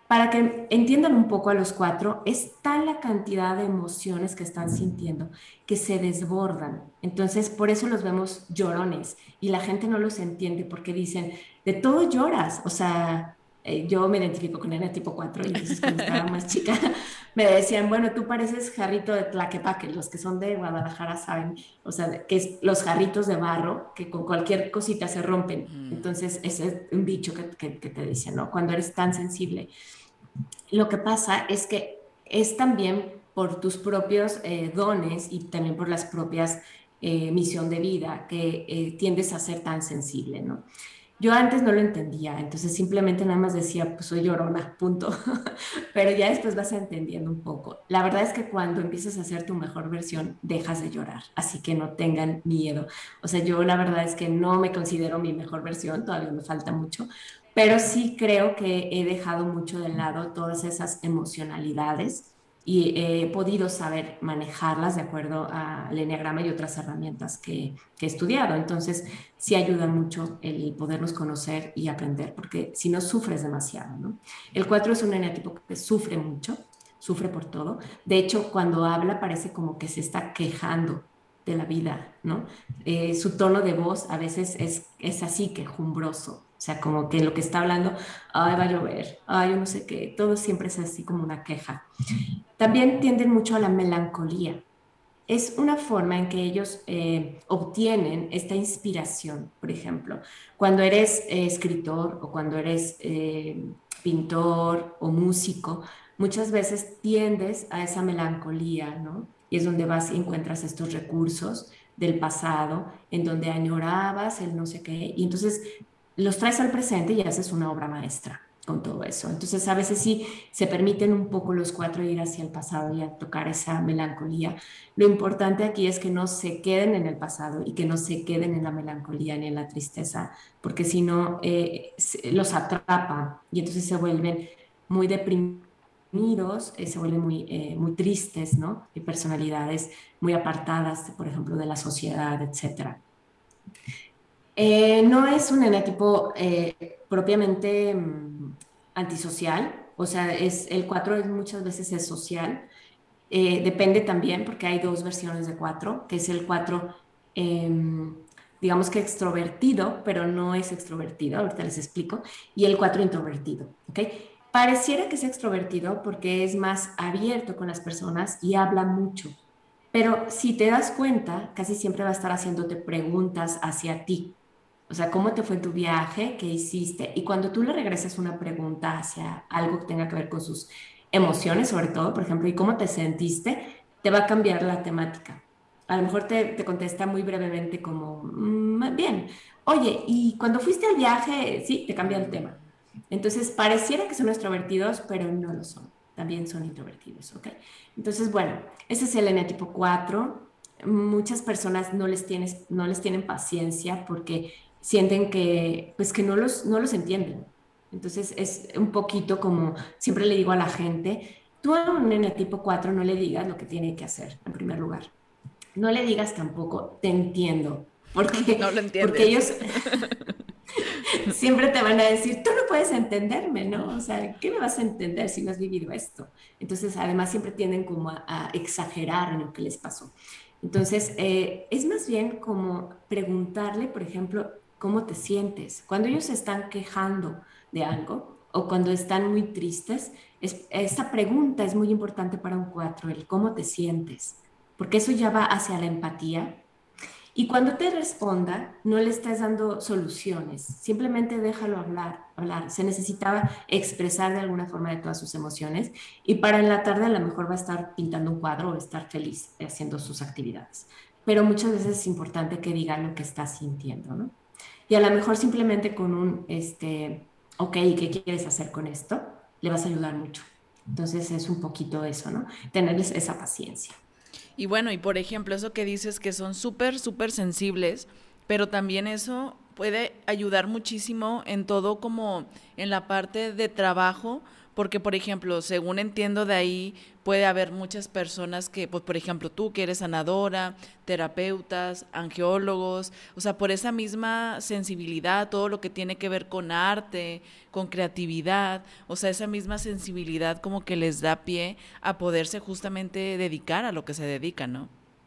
Para que entiendan un poco a los cuatro, es tal la cantidad de emociones que están sintiendo que se desbordan. Entonces, por eso los vemos llorones y la gente no los entiende porque dicen, de todo lloras. O sea, eh, yo me identifico con el tipo cuatro y entonces cuando estaba más chica me decían, bueno, tú pareces jarrito de Tlaquepaque, los que son de Guadalajara saben, o sea, que es los jarritos de barro que con cualquier cosita se rompen. Mm. Entonces, ese es un bicho que, que, que te dice, ¿no? Cuando eres tan sensible. Lo que pasa es que es también por tus propios eh, dones y también por las propias eh, misión de vida que eh, tiendes a ser tan sensible, ¿no? Yo antes no lo entendía, entonces simplemente nada más decía, pues soy llorona, punto. Pero ya después vas entendiendo un poco. La verdad es que cuando empiezas a hacer tu mejor versión, dejas de llorar, así que no tengan miedo. O sea, yo la verdad es que no me considero mi mejor versión, todavía me falta mucho, pero sí creo que he dejado mucho de lado todas esas emocionalidades y he podido saber manejarlas de acuerdo al enneagrama y otras herramientas que, que he estudiado. Entonces, sí ayuda mucho el podernos conocer y aprender, porque si no sufres demasiado, ¿no? El cuatro es un eneatipo que sufre mucho, sufre por todo. De hecho, cuando habla parece como que se está quejando de la vida, ¿no? Eh, su tono de voz a veces es, es así, quejumbroso. O sea, como que lo que está hablando, ay, va a llover, ay, yo no sé qué, todo siempre es así como una queja. También tienden mucho a la melancolía. Es una forma en que ellos eh, obtienen esta inspiración, por ejemplo, cuando eres eh, escritor o cuando eres eh, pintor o músico, muchas veces tiendes a esa melancolía, ¿no? Y es donde vas y encuentras estos recursos del pasado, en donde añorabas el no sé qué, y entonces los traes al presente y haces una obra maestra con todo eso. Entonces, a veces sí se permiten un poco los cuatro ir hacia el pasado y a tocar esa melancolía. Lo importante aquí es que no se queden en el pasado y que no se queden en la melancolía ni en la tristeza, porque si no, eh, los atrapa y entonces se vuelven muy deprimidos, eh, se vuelven muy, eh, muy tristes, ¿no? Y personalidades muy apartadas, por ejemplo, de la sociedad, etcétera. Eh, no es un eneatipo eh, propiamente mm, antisocial, o sea, es, el cuatro es, muchas veces es social. Eh, depende también porque hay dos versiones de cuatro, que es el cuatro, eh, digamos que extrovertido, pero no es extrovertido, ahorita les explico, y el cuatro introvertido, ¿ok? Pareciera que es extrovertido porque es más abierto con las personas y habla mucho, pero si te das cuenta, casi siempre va a estar haciéndote preguntas hacia ti. O sea, ¿cómo te fue en tu viaje? ¿Qué hiciste? Y cuando tú le regresas una pregunta hacia algo que tenga que ver con sus emociones, sobre todo, por ejemplo, ¿y cómo te sentiste? Te va a cambiar la temática. A lo mejor te, te contesta muy brevemente como, "Mm, bien, oye, ¿y cuando fuiste al viaje? Sí, te cambia el tema. Entonces, pareciera que son extrovertidos, pero no lo son. También son introvertidos, ¿ok? Entonces, bueno, ese es el eneatipo cuatro. Muchas personas no les, tienes, no les tienen paciencia porque sienten que, pues que no los, no los entienden. Entonces es un poquito como, siempre le digo a la gente, tú a un nene tipo cuatro no le digas lo que tiene que hacer, en primer lugar. No le digas tampoco, te entiendo, No lo porque, porque entiendes. ellos siempre te van a decir, tú no puedes entenderme, ¿no? O sea, ¿qué me vas a entender si no has vivido esto? Entonces, además, siempre tienden como a, a exagerar en lo que les pasó. Entonces, eh, es más bien como preguntarle, por ejemplo, ¿cómo te sientes? Cuando ellos se están quejando de algo o cuando están muy tristes, es, esta pregunta es muy importante para un cuatro, el cómo te sientes, porque eso ya va hacia la empatía y cuando te responda, no le estás dando soluciones, simplemente déjalo hablar, hablar. Se necesitaba expresar de alguna forma de todas sus emociones y para en la tarde a lo mejor va a estar pintando un cuadro o estar feliz haciendo sus actividades. Pero muchas veces es importante que diga lo que está sintiendo, ¿no? Y a lo mejor simplemente con un, este, ok, ¿qué quieres hacer con esto? Le vas a ayudar mucho. Entonces es un poquito eso, ¿no? Tenerles esa paciencia. Y bueno, y por ejemplo, eso que dices que son súper, súper sensibles, pero también eso puede ayudar muchísimo en todo como en la parte de trabajo, porque por ejemplo, según entiendo de ahí, puede haber muchas personas que, pues por ejemplo, tú que eres sanadora, terapeutas, angeólogos, o sea, por esa misma sensibilidad, todo lo que tiene que ver con arte, con creatividad, o sea, esa misma sensibilidad como que les da pie a poderse justamente dedicar a lo que se dedica, ¿no?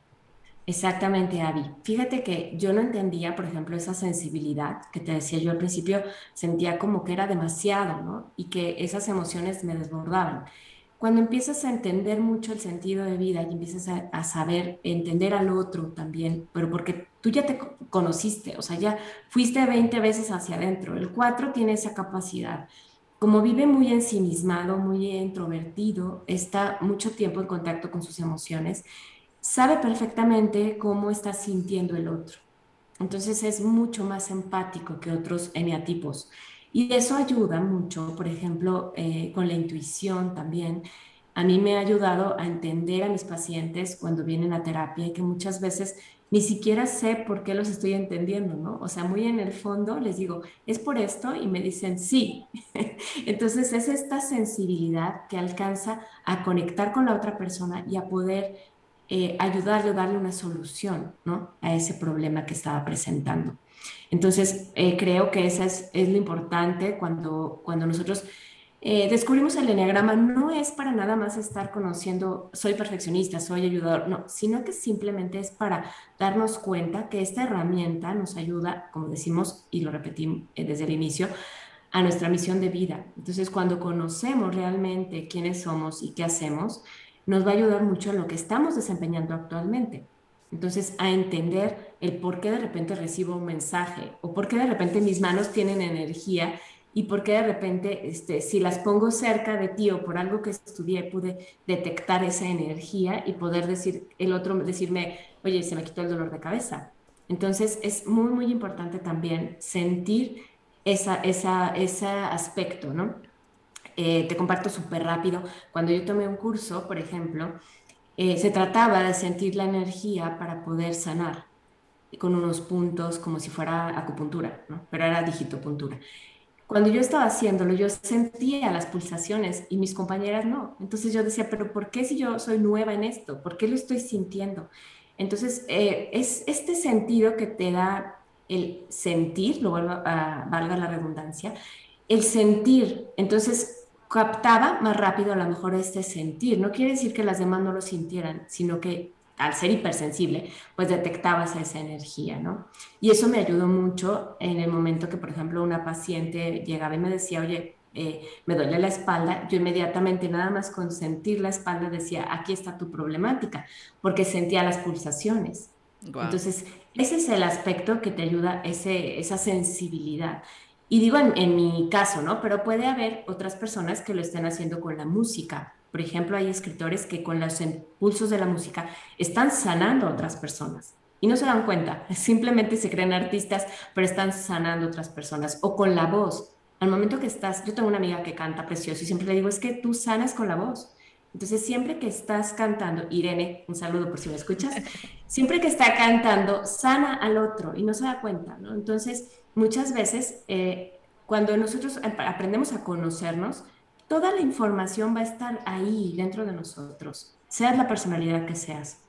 Exactamente, Abby. Fíjate que yo no entendía, por ejemplo, esa sensibilidad que te decía yo al principio, sentía como que era demasiado, ¿no? Y que esas emociones me desbordaban. Cuando empiezas a entender mucho el sentido de vida y empiezas a, a saber entender al otro también, pero porque tú ya te co- conociste, o sea, ya fuiste veinte veces hacia adentro. El cuatro tiene esa capacidad. Como vive muy ensimismado, muy introvertido, está mucho tiempo en contacto con sus emociones, sabe perfectamente cómo está sintiendo el otro. Entonces es mucho más empático que otros eneatipos. Y eso ayuda mucho, por ejemplo, eh, con la intuición también. A mí me ha ayudado a entender a mis pacientes cuando vienen a terapia y que muchas veces ni siquiera sé por qué los estoy entendiendo, ¿no? O sea, muy en el fondo les digo, es por esto y me dicen sí. Entonces es esta sensibilidad que alcanza a conectar con la otra persona y a poder eh, ayudarle o darle una solución, ¿no? A ese problema que estaba presentando. Entonces, eh, creo que eso es, es lo importante cuando, cuando nosotros eh, descubrimos el enneagrama. No es para nada más estar conociendo, soy perfeccionista, soy ayudador, no, sino que simplemente es para darnos cuenta que esta herramienta nos ayuda, como decimos y lo repetí eh, desde el inicio, a nuestra misión de vida. Entonces, cuando conocemos realmente quiénes somos y qué hacemos, nos va a ayudar mucho en lo que estamos desempeñando actualmente. Entonces, a entender el por qué de repente recibo un mensaje o por qué de repente mis manos tienen energía y por qué de repente, este, si las pongo cerca de ti o por algo que estudié, pude detectar esa energía y poder decir, el otro decirme, oye, se me quitó el dolor de cabeza. Entonces, es muy, muy importante también sentir esa, esa, ese aspecto, ¿no? Eh, te comparto súper rápido. Cuando yo tomé un curso, por ejemplo, eh, se trataba de sentir la energía para poder sanar con unos puntos como si fuera acupuntura, ¿no? Pero era digitopuntura. Cuando yo estaba haciéndolo, yo sentía las pulsaciones y mis compañeras no. Entonces yo decía, pero ¿por qué si yo soy nueva en esto? ¿Por qué lo estoy sintiendo? Entonces, eh, es este sentido que te da el sentir, lo vuelvo a, valga la redundancia, el sentir. Entonces, captaba más rápido a lo mejor este sentir. No quiere decir que las demás no lo sintieran, sino que al ser hipersensible, pues detectabas esa energía, ¿no? Y eso me ayudó mucho en el momento que, por ejemplo, una paciente llegaba y me decía, oye, eh, me duele la espalda, yo inmediatamente nada más con sentir la espalda decía, aquí está tu problemática, porque sentía las pulsaciones. Wow. Entonces, ese es el aspecto que te ayuda, ese, esa sensibilidad. Y digo en, en mi caso, ¿no? Pero puede haber otras personas que lo estén haciendo con la música. Por ejemplo, hay escritores que con los impulsos de la música están sanando a otras personas y no se dan cuenta, simplemente se creen artistas, pero están sanando a otras personas. O con la voz. Al momento que estás, yo tengo una amiga que canta precioso y siempre le digo, es que tú sanas con la voz. Entonces, siempre que estás cantando, Irene, un saludo por si me escuchas, siempre que está cantando, sana al otro y no se da cuenta, ¿no? Entonces, muchas veces, eh, cuando nosotros aprendemos a conocernos, toda la información va a estar ahí dentro de nosotros, seas la personalidad que seas.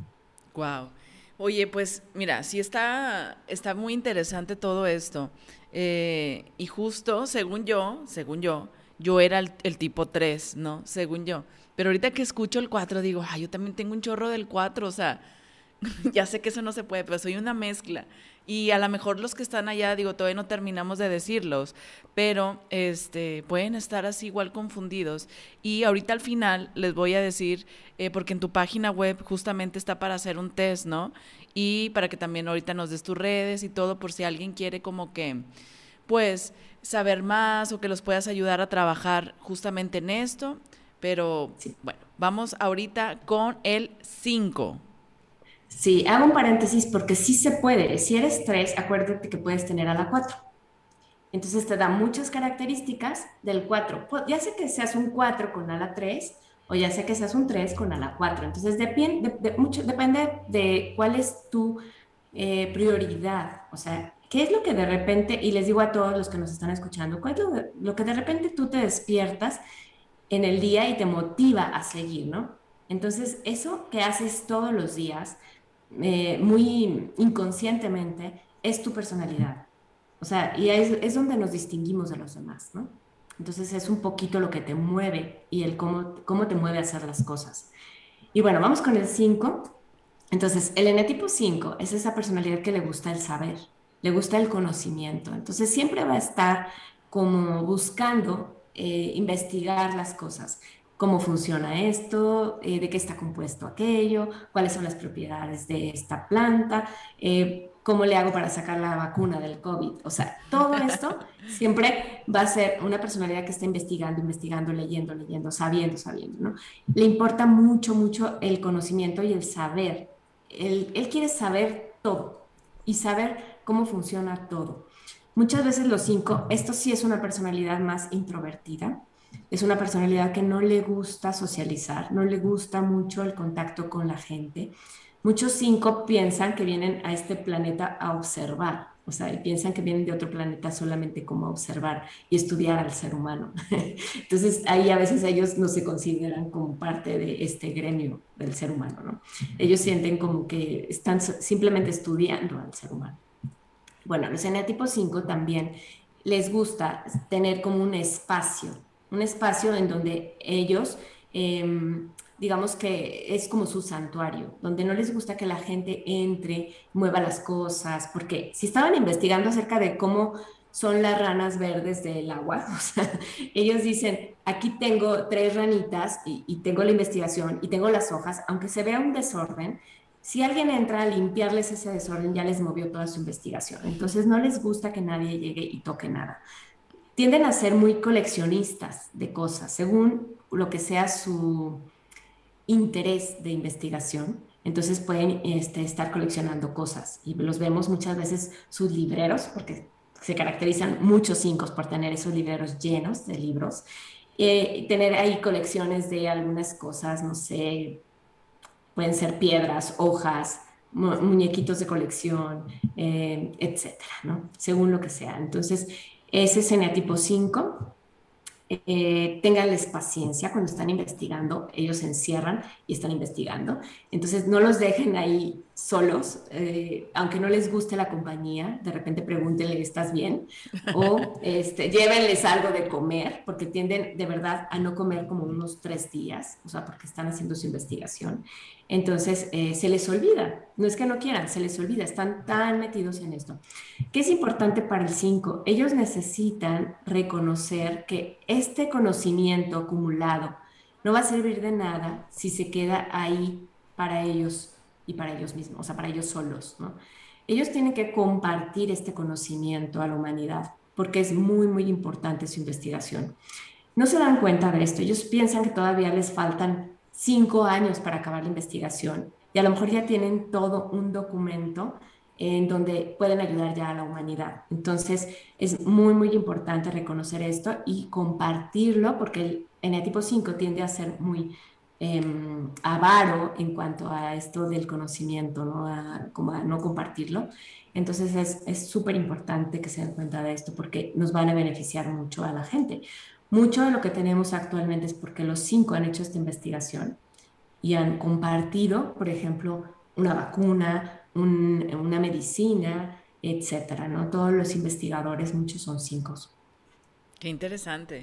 Wow. Oye, pues mira, sí está, está muy interesante todo esto. Eh, y justo, según yo, según yo, yo era el, el tipo tres, ¿no? Según yo. Pero ahorita que escucho el cuatro digo, ay, yo también tengo un chorro del cuatro, o sea, ya sé que eso no se puede, pero soy una mezcla. Y a lo mejor los que están allá, digo, todavía no terminamos de decirlos, pero este, pueden estar así igual confundidos. Y ahorita al final les voy a decir, eh, porque en tu página web justamente está para hacer un test, ¿no? Y para que también ahorita nos des tus redes y todo, por si alguien quiere como que, pues, saber más o que los puedas ayudar a trabajar justamente en esto. Pero Sí. bueno, vamos ahorita con el cinco. Sí, hago un paréntesis porque sí se puede. Si eres tres, acuérdate que puedes tener a la cuatro. Entonces te da muchas características del cuatro. Po- Ya sea que seas un cuatro con ala tres o ya sea que seas un tres con ala cuatro. Entonces depende, de, de- mucho, depende de cuál es tu eh, prioridad. O sea, ¿qué es lo que de repente, y les digo a todos los que nos están escuchando, cuál es lo, de- lo que de repente tú te despiertas? en el día y te motiva a seguir, ¿no? Entonces, eso que haces todos los días, eh, muy inconscientemente, es tu personalidad. O sea, y es, es donde nos distinguimos de los demás, ¿no? Entonces es un poquito lo que te mueve y el cómo, cómo te mueve a hacer las cosas. Y bueno, vamos con el cinco. Entonces, el enetipo cinco es esa personalidad que le gusta el saber, le gusta el conocimiento. Entonces, siempre va a estar como buscando eh, investigar las cosas, cómo funciona esto, eh, de qué está compuesto aquello, cuáles son las propiedades de esta planta, eh, cómo le hago para sacar la vacuna del COVID. O sea, todo esto siempre va a ser una personalidad que está investigando, investigando, leyendo, leyendo, sabiendo, sabiendo, ¿no? Le importa mucho, mucho el conocimiento y el saber. Él, él quiere saber todo y saber cómo funciona todo. Muchas veces los cinco, esto sí es una personalidad más introvertida, es una personalidad que no le gusta socializar, no le gusta mucho el contacto con la gente. Muchos cinco piensan que vienen a este planeta a observar, o sea, y piensan que vienen de otro planeta solamente como a observar y estudiar al ser humano. Entonces, ahí a veces ellos no se consideran como parte de este gremio del ser humano, ¿no? Ellos sienten como que están simplemente estudiando al ser humano. Bueno, los eneatipos cinco también les gusta tener como un espacio, un espacio en donde ellos, eh, digamos que es como su santuario, donde no les gusta que la gente entre, mueva las cosas, porque si estaban investigando acerca de cómo son las ranas verdes del agua, o sea, ellos dicen, aquí tengo tres ranitas y, y tengo la investigación y tengo las hojas, aunque se vea un desorden, si alguien entra a limpiarles ese desorden, ya les movió toda su investigación. Entonces no les gusta que nadie llegue y toque nada. Tienden a ser muy coleccionistas de cosas, según lo que sea su interés de investigación. Entonces pueden este, estar coleccionando cosas y los vemos muchas veces sus libreros, porque se caracterizan muchos cinco por tener esos libreros llenos de libros. Eh, tener ahí colecciones de algunas cosas, no sé, pueden ser piedras, hojas, mu muñequitos de colección, eh, etcétera, ¿no? Según lo que sea. Entonces, ese es eneatipo cinco. Eh, ténganles paciencia cuando están investigando, ellos se encierran y están investigando, entonces no los dejen ahí solos, eh, aunque no les guste la compañía, de repente pregúntenle, ¿estás bien? O este, llévenles algo de comer, porque tienden de verdad a no comer como unos tres días, o sea, porque están haciendo su investigación, entonces eh, se les olvida, no es que no quieran, se les olvida, están tan metidos en esto. ¿Qué es importante para el cinco? Ellos necesitan reconocer que este conocimiento acumulado no va a servir de nada si se queda ahí para ellos y para ellos mismos, o sea, para ellos solos, ¿no? Ellos tienen que compartir este conocimiento a la humanidad porque es muy, muy importante su investigación. No se dan cuenta de esto, ellos piensan que todavía les faltan cinco años para acabar la investigación y a lo mejor ya tienen todo un documento en donde pueden ayudar ya a la humanidad. Entonces, es muy, muy importante reconocer esto y compartirlo, porque el eneatipo cinco tiende a ser muy eh, avaro en cuanto a esto del conocimiento, ¿no? A, como a no compartirlo. Entonces, es súper importante que se den cuenta de esto, porque nos van a beneficiar mucho a la gente. Mucho de lo que tenemos actualmente es porque los cinco han hecho esta investigación y han compartido, por ejemplo, una vacuna, un, una medicina, etcétera, ¿no? Todos los investigadores, muchos son cinco. Qué interesante.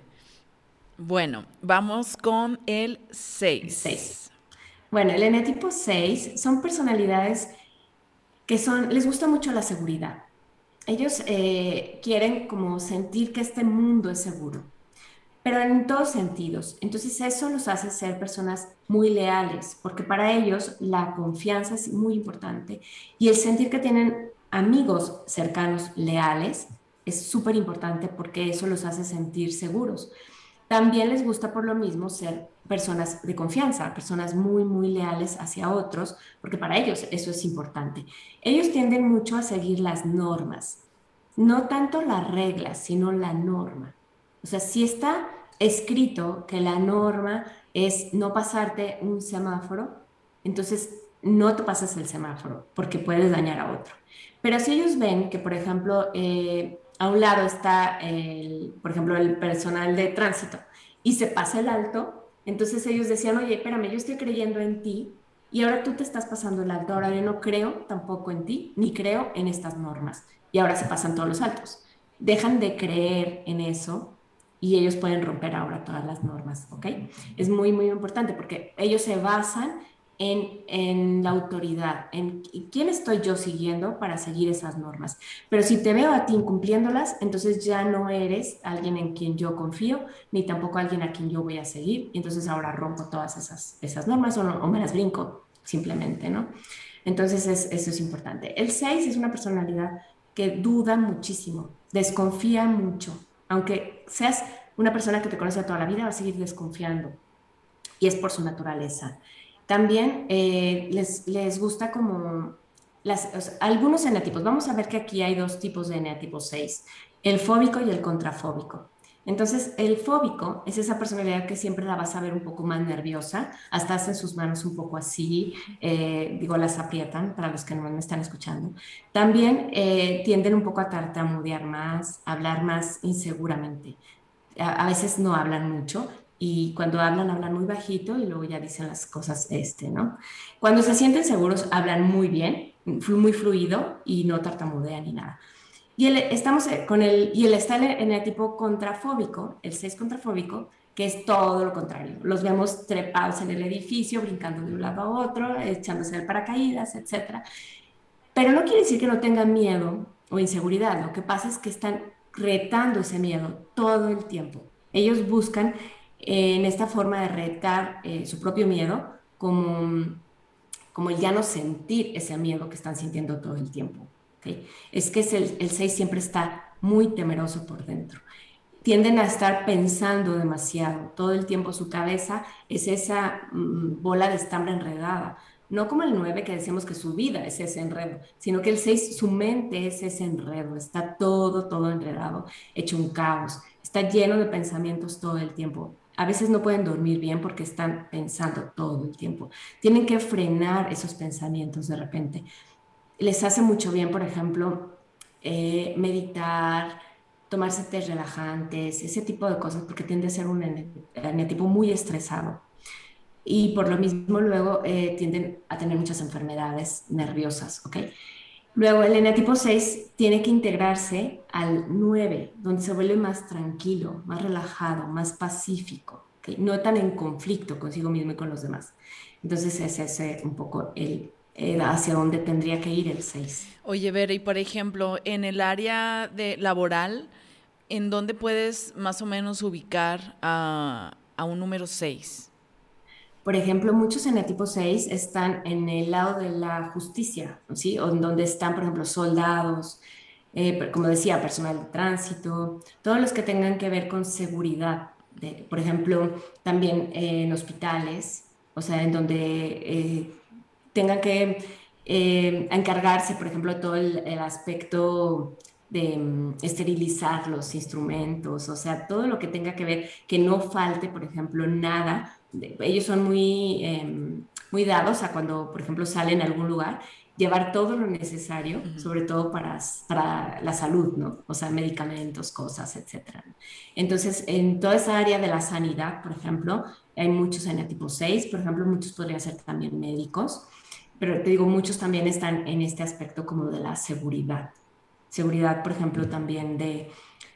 Bueno, vamos con el Seis. seis. Bueno, el eneatipo seis son personalidades que son, les gusta mucho la seguridad. Ellos eh, quieren como sentir que este mundo es seguro, pero en todos sentidos. Entonces eso los hace ser personas muy leales, porque para ellos la confianza es muy importante y el sentir que tienen amigos cercanos leales es súper importante porque eso los hace sentir seguros. También les gusta por lo mismo ser personas de confianza, personas muy, muy leales hacia otros, porque para ellos eso es importante. Ellos tienden mucho a seguir las normas, no tanto las reglas, sino la norma. O sea, si está escrito que la norma es no pasarte un semáforo, entonces no te pasas el semáforo porque puedes dañar a otro. Pero si ellos ven que, por ejemplo, eh, a un lado está, el, por ejemplo, el personal de tránsito y se pasa el alto, entonces ellos decían, oye, espérame, yo estoy creyendo en ti y ahora tú te estás pasando el alto, ahora yo no creo tampoco en ti, ni creo en estas normas. Y ahora se pasan todos los altos. Dejan de creer en eso y ellos pueden romper ahora todas las normas, ¿ok? Es muy, muy importante porque ellos se basan en, en la autoridad, en quién estoy yo siguiendo para seguir esas normas. Pero si te veo a ti incumpliéndolas, entonces ya no eres alguien en quien yo confío, ni tampoco alguien a quien yo voy a seguir. Y entonces ahora rompo todas esas, esas normas o, no, o me las brinco simplemente, ¿no? Entonces es, eso es importante. El seis es una personalidad que duda muchísimo, desconfía mucho. Aunque seas una persona que te conoce toda la vida, va a seguir desconfiando y es por su naturaleza. También eh, les, les gusta como las, o sea, algunos eneatipos. Vamos a ver que aquí hay dos tipos de eneatipo seis, el fóbico y el contrafóbico. Entonces, el fóbico es esa personalidad que siempre la vas a ver un poco más nerviosa, hasta hacen sus manos un poco así, eh, digo, las aprietan para los que no me están escuchando. También eh, tienden un poco a tartamudear más, a hablar más inseguramente. A, a veces no hablan mucho y cuando hablan, hablan muy bajito y luego ya dicen las cosas, este, ¿no? Cuando se sienten seguros, hablan muy bien, muy fluido y no tartamudean ni nada. Y el, estamos con el, y el está en el tipo contrafóbico, el seis contrafóbico, que es todo lo contrario. Los vemos trepados en el edificio, brincando de un lado a otro, echándose el paracaídas, etcétera. Pero no quiere decir que no tengan miedo o inseguridad. Lo que pasa es que están retando ese miedo todo el tiempo. Ellos buscan eh, en esta forma de retar eh, su propio miedo como, como el ya no sentir ese miedo que están sintiendo todo el tiempo. ¿Okay? Es que es el, el seis siempre está muy temeroso por dentro. Tienden a estar pensando demasiado. Todo el tiempo su cabeza es esa mm, bola de estambre enredada. No como el nueve que decimos que su vida es ese enredo, sino que el seis su mente es ese enredo. Está todo, todo enredado, hecho un caos. Está lleno de pensamientos todo el tiempo. A veces no pueden dormir bien porque están pensando todo el tiempo. Tienen que frenar esos pensamientos de repente. Les hace mucho bien, por ejemplo, eh, meditar, tomarse tés relajantes, ese tipo de cosas, porque tiende a ser un eneatipo muy estresado. Y por lo mismo luego eh, tienden a tener muchas enfermedades nerviosas, ¿ok? Luego el eneatipo seis tiene que integrarse al nueve, donde se vuelve más tranquilo, más relajado, más pacífico, ¿ok? No tan en conflicto consigo mismo y con los demás. Entonces ese es ese un poco el, el hacia dónde tendría que ir el seis. Oye, Vera, y por ejemplo, en el área de laboral, ¿en dónde puedes más o menos ubicar a, a un número seis? Por ejemplo, muchos eneatipos seis están en el lado de la justicia, ¿sí? O en donde están, por ejemplo, soldados, eh, como decía, personal de tránsito, todos los que tengan que ver con seguridad. De, por ejemplo, también eh, en hospitales, o sea, en donde eh, tengan que eh, encargarse, por ejemplo, todo el, el aspecto de um, esterilizar los instrumentos, o sea, todo lo que tenga que ver, que no falte, por ejemplo, nada. Ellos son muy, eh, muy dados a cuando, por ejemplo, salen a algún lugar, llevar todo lo necesario, Ujú. sobre todo para, para la salud, ¿no? O sea, medicamentos, cosas, etcétera. Entonces, en toda esa área de la sanidad, por ejemplo, hay muchos eneatipo seis, por ejemplo, muchos podrían ser también médicos, pero te digo, muchos también están en este aspecto como de la seguridad. Seguridad, por ejemplo, también de,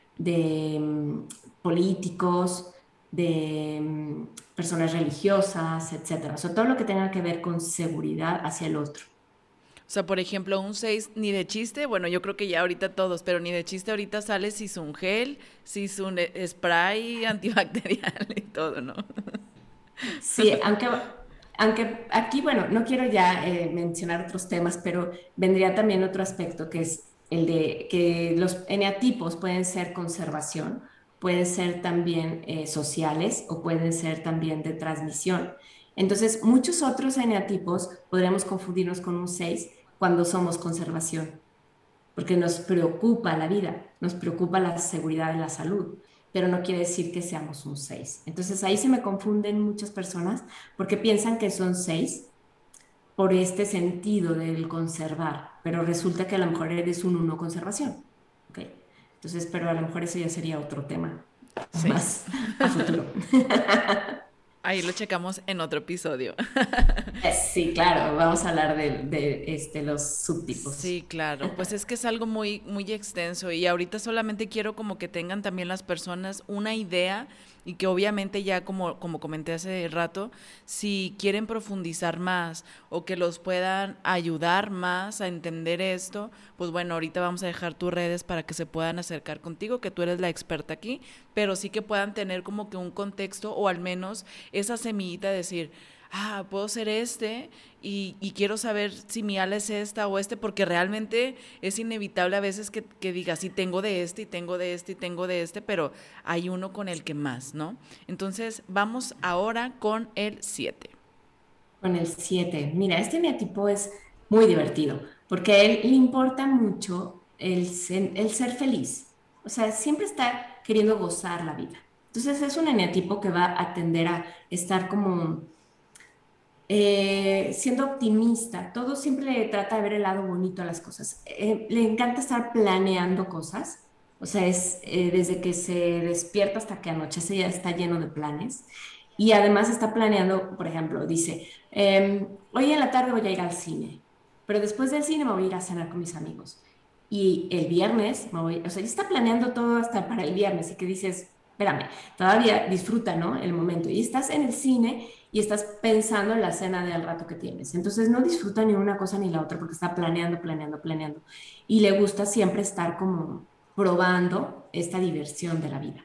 de um, políticos, de um, personas religiosas, etcétera. O sea, todo lo que tenga que ver con seguridad hacia el otro. O sea, por ejemplo, un seis ni de chiste, bueno, yo creo que ya ahorita todos, pero ni de chiste ahorita sale si es un gel, si es un eh, spray antibacterial y todo, ¿no? Sí, aunque, aunque aquí, bueno, no quiero ya eh, mencionar otros temas, pero vendría también otro aspecto que es el de que los eneatipos pueden ser conservación, pueden ser también eh, sociales o pueden ser también de transmisión. Entonces, muchos otros eneatipos podríamos confundirnos con un seis cuando somos conservación porque nos preocupa la vida, nos preocupa la seguridad de la salud, pero no quiere decir que seamos un seis. Entonces ahí se me confunden muchas personas porque piensan que son seis por este sentido del conservar, pero resulta que a lo mejor eres un uno conservación. ¿Ok? Entonces, pero a lo mejor eso ya sería otro tema. Sí. más a futuro. Ahí lo checamos en otro episodio. Eh, Sí, claro, vamos a hablar de, de, este, los subtipos. Sí, claro. Pues es que es algo muy, muy extenso y ahorita solamente quiero como que tengan también las personas una idea y que obviamente ya como, como comenté hace rato, si quieren profundizar más o que los puedan ayudar más a entender esto, pues bueno, ahorita vamos a dejar tus redes para que se puedan acercar contigo, que tú eres la experta aquí, pero sí que puedan tener como que un contexto o al menos esa semillita de decir, ah, puedo ser este y, y quiero saber si mi ala es esta o este, porque realmente es inevitable a veces que, que diga, sí, tengo de este y tengo de este y tengo de este, pero hay uno con el que más, ¿no? Entonces, vamos ahora con el siete. Con el siete. Mira, este eneatipo es muy divertido porque a él le importa mucho el ser, el ser feliz. O sea, siempre está queriendo gozar la vida. Entonces es un eneatipo que va a tender a estar como eh, siendo optimista. Todo siempre le trata de ver el lado bonito a las cosas. Eh, le encanta estar planeando cosas. O sea, es eh, desde que se despierta hasta que anochece ya está lleno de planes. Y además está planeando, por ejemplo, dice, em, hoy en la tarde voy a ir al cine, pero después del cine me voy a ir a cenar con mis amigos. Y el viernes me voy, o sea, ya está planeando todo hasta para el viernes y que dices, espérame, todavía disfruta, ¿no? El momento. Y estás en el cine y estás pensando en la cena del rato que tienes. Entonces no disfruta ni una cosa ni la otra porque está planeando, planeando, planeando. Y le gusta siempre estar como probando esta diversión de la vida.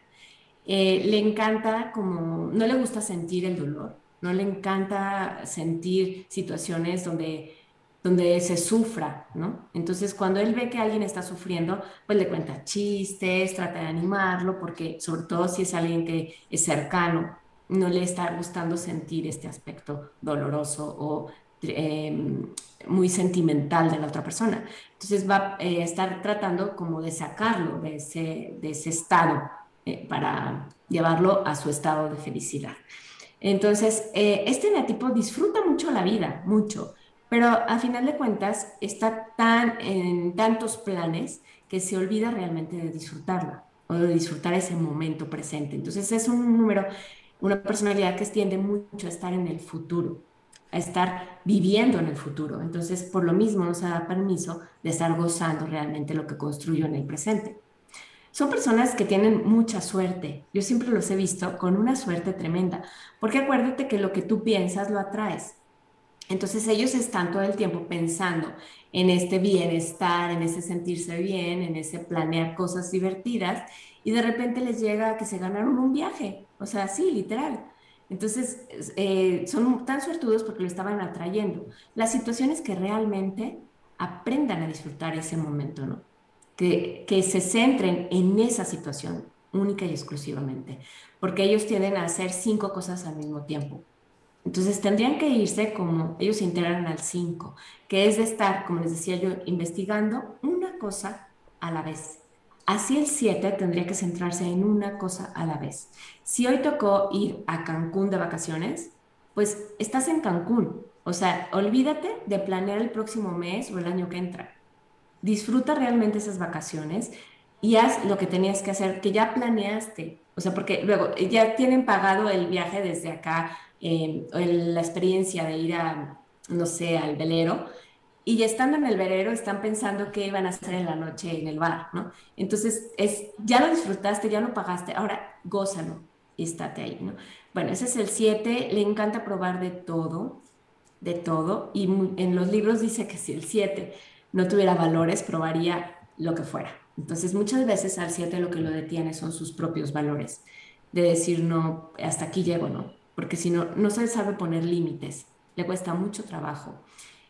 Eh, le encanta como, no le gusta sentir el dolor, no le encanta sentir situaciones donde, donde se sufra, ¿no? Entonces, cuando él ve que alguien está sufriendo, pues le cuenta chistes, trata de animarlo, porque sobre todo si es alguien que es cercano, no le está gustando sentir este aspecto doloroso o eh, muy sentimental de la otra persona. Entonces va a eh, estar tratando como de sacarlo de ese, de ese estado eh, para llevarlo a su estado de felicidad. Entonces, eh, este eneatipo disfruta mucho la vida, mucho, pero a final de cuentas está tan en tantos planes que se olvida realmente de disfrutarla o de disfrutar ese momento presente. Entonces, es un número, una personalidad que tiende mucho a estar en el futuro, a estar viviendo en el futuro. Entonces, por lo mismo, no se da permiso de estar gozando realmente lo que construyó en el presente. Son personas que tienen mucha suerte. Yo siempre los he visto con una suerte tremenda, porque acuérdate que lo que tú piensas lo atraes. Entonces ellos están todo el tiempo pensando en este bienestar, en ese sentirse bien, en ese planear cosas divertidas y de repente les llega que se ganaron un viaje, o sea, sí, literal. Entonces eh, son tan suertudos porque lo estaban atrayendo. La situación es que realmente aprendan a disfrutar ese momento, ¿no? Que, que se centren en esa situación única y exclusivamente, porque ellos tienden a hacer cinco cosas al mismo tiempo. Entonces tendrían que irse como ellos se integran al cinco, que es de estar, como les decía yo, investigando una cosa a la vez. Así el siete tendría que centrarse en una cosa a la vez. Si hoy tocó ir a Cancún de vacaciones, pues estás en Cancún. O sea, olvídate de planear el próximo mes o el año que entra. Disfruta realmente esas vacaciones y haz lo que tenías que hacer, que ya planeaste. O sea, porque luego eh, ya tienen pagado el viaje desde acá, eh, el- la experiencia de ir a, no sé, al velero, y ya estando en el velero están pensando qué iban a hacer en la noche en el bar, ¿no? Entonces, es, ya lo disfrutaste, ya lo pagaste, ahora gózalo y estate ahí, ¿no? Bueno, ese es el siete, le encanta probar de todo, de todo, y mu- en los libros dice que si el siete no tuviera valores, probaría lo que fuera. Entonces, muchas veces al siete lo que lo detiene son sus propios valores, de decir, no, hasta aquí llego, ¿no? Porque si no, no se sabe poner límites, le cuesta mucho trabajo.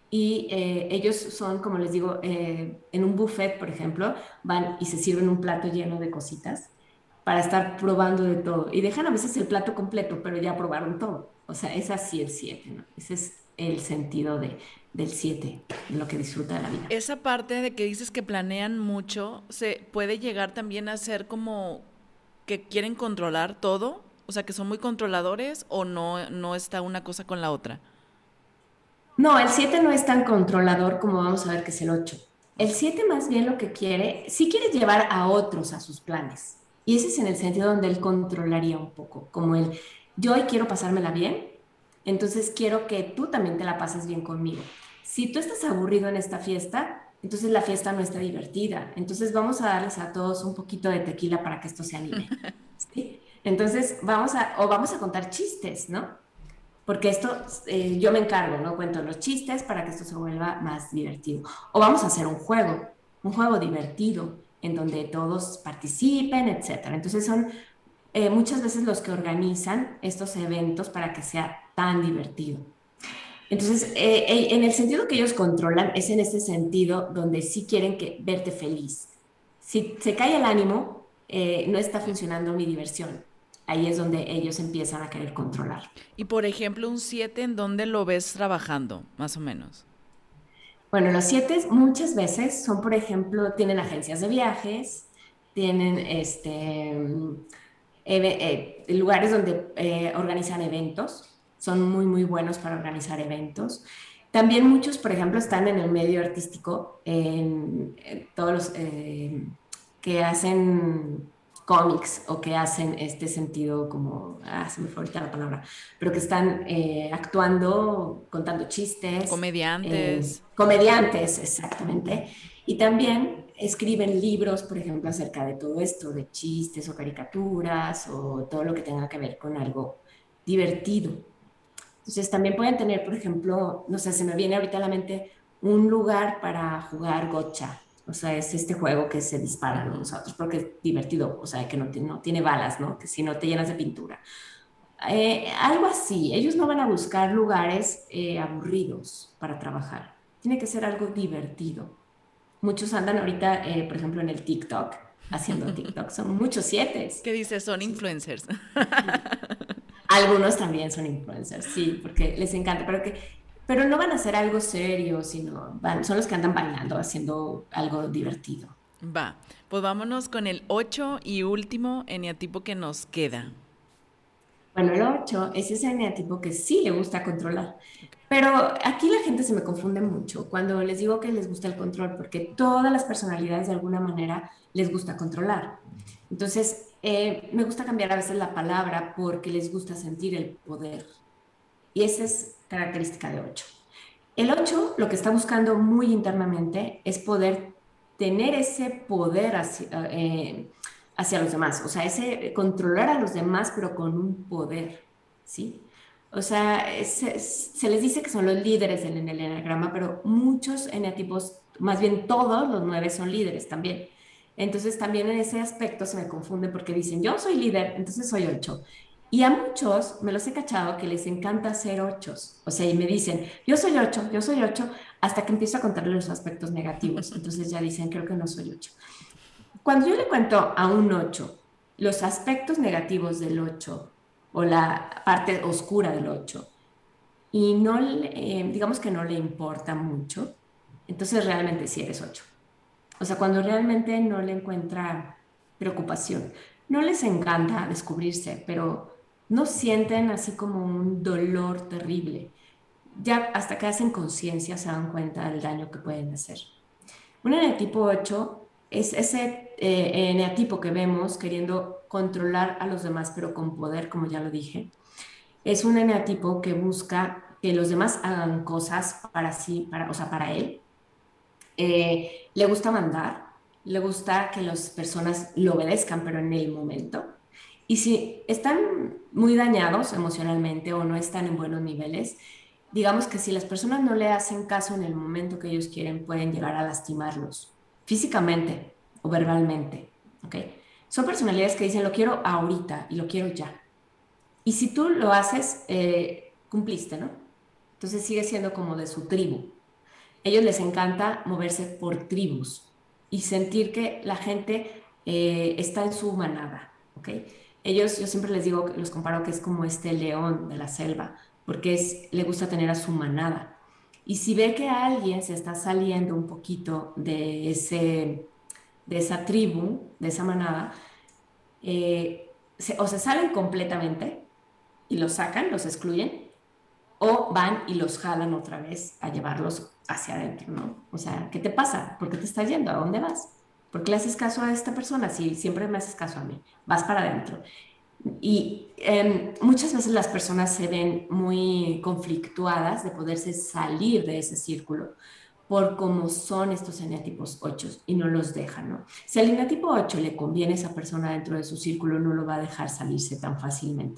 Y eh, ellos son, como les digo, eh, en un buffet, por ejemplo, van y se sirven un plato lleno de cositas para estar probando de todo. Y dejan a veces el plato completo, pero ya probaron todo. O sea, es así el siete, ¿no? Ese es el sentido de, del siete, lo que disfruta de la vida. Esa parte de que dices que planean mucho, se puede llegar también a ser como que quieren controlar todo, o sea, que son muy controladores o no, no está una cosa con la otra. No, el siete no es tan controlador como vamos a ver que es el ocho. El Ok. siete más bien lo que quiere, sí quiere llevar a otros a sus planes. Y ese es en el sentido donde él controlaría un poco, como el, yo hoy quiero pasármela bien, entonces quiero que tú también te la pases bien conmigo. Si tú estás aburrido en esta fiesta, entonces la fiesta no está divertida. Entonces vamos a darles a todos un poquito de tequila para que esto se anime. ¿Sí? Entonces vamos a, o vamos a contar chistes, ¿no? Porque esto eh, yo me encargo, ¿no? Cuento los chistes para que esto se vuelva más divertido. O vamos a hacer un juego, un juego divertido en donde todos participen, etcétera. Entonces son eh, muchas veces los que organizan estos eventos para que sea tan divertido. Entonces, eh, eh, en el sentido que ellos controlan, es en ese sentido donde sí quieren que, verte feliz. Si se cae el ánimo, eh, no está funcionando mi diversión. Ahí es donde ellos empiezan a querer controlar. Y por ejemplo, un siete, ¿en dónde lo ves trabajando, más o menos? Bueno, los siete muchas veces son, por ejemplo, tienen agencias de viajes, tienen este, mm, eve- eh, lugares donde eh, organizan eventos, son muy, muy buenos para organizar eventos. También muchos, por ejemplo, están en el medio artístico, en, en todos los eh, que hacen cómics o que hacen este sentido como, ah, se me fue ahorita la palabra, pero que están eh, actuando, contando chistes, eh, Comediantes. comediantes, exactamente. Y también escriben libros, por ejemplo, acerca de todo esto, de chistes o caricaturas o todo lo que tenga que ver con algo divertido. Entonces, también pueden tener, por ejemplo, no sé, se me viene ahorita a la mente un lugar para jugar gotcha. O sea, es este juego que se disparan Ujú. unos a otros porque es divertido, o sea, que no, no tiene balas, ¿no? Que si no te llenas de pintura. Eh, algo así, ellos no van a buscar lugares eh, aburridos para trabajar. Tiene que ser algo divertido. Muchos andan ahorita, eh, por ejemplo, en el TikTok, haciendo TikTok. Son muchos siete. ¿Qué dices? Son Sí. influencers. Algunos también son influencers, sí, porque les encanta, pero que, pero no van a hacer algo serio, sino van, son los que andan bailando, haciendo algo divertido. Va, pues vámonos con el ocho y último eneatipo que nos queda. Bueno, el ocho es ese eneatipo que sí le gusta controlar, pero aquí la gente se me confunde mucho cuando les digo que les gusta el control, porque todas las personalidades de alguna manera les gusta controlar. Entonces, eh, me gusta cambiar a veces la palabra porque les gusta sentir el poder. Y esa es característica de ocho. El ocho lo que está buscando muy internamente es poder tener ese poder hacia, eh, hacia los demás, o sea, ese controlar a los demás, pero con un poder, ¿sí? O sea, es, es, se les dice que son los líderes en, en el enagrama, pero muchos eneatipos, más bien todos los nueve son líderes también. Entonces también en ese aspecto se me confunde porque dicen, yo soy líder, entonces soy ocho. Y a muchos me los he cachado que les encanta ser ochos. O sea, y me dicen, yo soy ocho, yo soy ocho, hasta que empiezo a contarles los aspectos negativos. Entonces ya dicen, creo que no soy ocho. Cuando yo le cuento a un ocho los aspectos negativos del ocho o la parte oscura del ocho y no, le, eh, digamos que no le importa mucho, entonces realmente sí eres ocho. O sea, cuando realmente no le encuentra preocupación. No les encanta descubrirse, pero no sienten así como un dolor terrible. Ya hasta que hacen conciencia se dan cuenta del daño que pueden hacer. Un eneatipo ocho es ese eh, eneatipo que vemos queriendo controlar a los demás, pero con poder, como ya lo dije. Es un eneatipo que busca que los demás hagan cosas para sí, para, o sea, para él, eh, le gusta mandar, le gusta que las personas lo obedezcan, pero en el momento. Y si están muy dañados emocionalmente o no están en buenos niveles, digamos que si las personas no le hacen caso en el momento que ellos quieren, pueden llegar a lastimarlos físicamente o verbalmente. ¿Ok? Son personalidades que dicen, lo quiero ahorita y lo quiero ya. Y si tú lo haces, eh, cumpliste, ¿no? Entonces sigue siendo como de su tribu. Ellos les encanta moverse por tribus y sentir que la gente eh, está en su manada, ¿ok? Ellos, yo siempre les digo, los comparo que es como este león de la selva, porque es, le gusta tener a su manada. Y si ve que alguien se está saliendo un poquito de, ese, de esa tribu, de esa manada, eh, se, o se salen completamente y los sacan, los excluyen, o van y los jalan otra vez a llevarlos hacia adentro, ¿no? O sea, ¿qué te pasa? ¿Por qué te estás yendo? ¿A dónde vas? ¿Por qué le haces caso a esta persona si siempre me haces caso a mí? Vas para adentro. Y eh, muchas veces las personas se ven muy conflictuadas de poderse salir de ese círculo por cómo son estos eneatipos ocho y no los dejan, ¿no? Si al eneatipo ocho le conviene a esa persona dentro de su círculo, no lo va a dejar salirse tan fácilmente.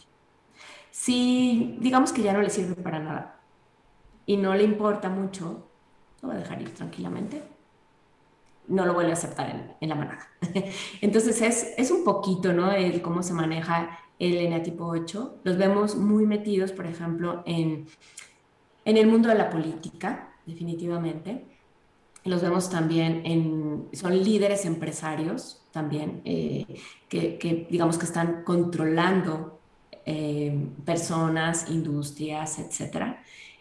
Si digamos que ya no le sirve para nada y no le importa mucho, lo va a dejar ir tranquilamente, no lo vuelve a aceptar en, en la manada. Entonces es, es un poquito, ¿no? El cómo se maneja el eneatipo ocho. Los vemos muy metidos, por ejemplo, en, en el mundo de la política, definitivamente. Los vemos también en, son líderes empresarios también, eh, que, que, digamos que están controlando eh, personas, industrias, etcétera.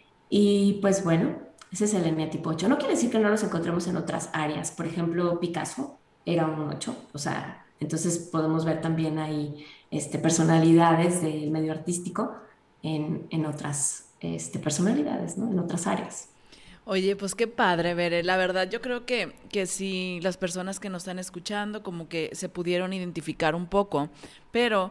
Y pues bueno, ese es el eneatipo ocho. No quiere decir que no los encontremos en otras áreas. Por ejemplo, Picasso era un ocho, o sea, entonces podemos ver también ahí este, personalidades del medio artístico en, en otras este, personalidades, ¿no? En otras áreas. Oye, pues qué padre, Bere. La verdad, yo creo que, que sí, las personas que nos están escuchando como que se pudieron identificar un poco, pero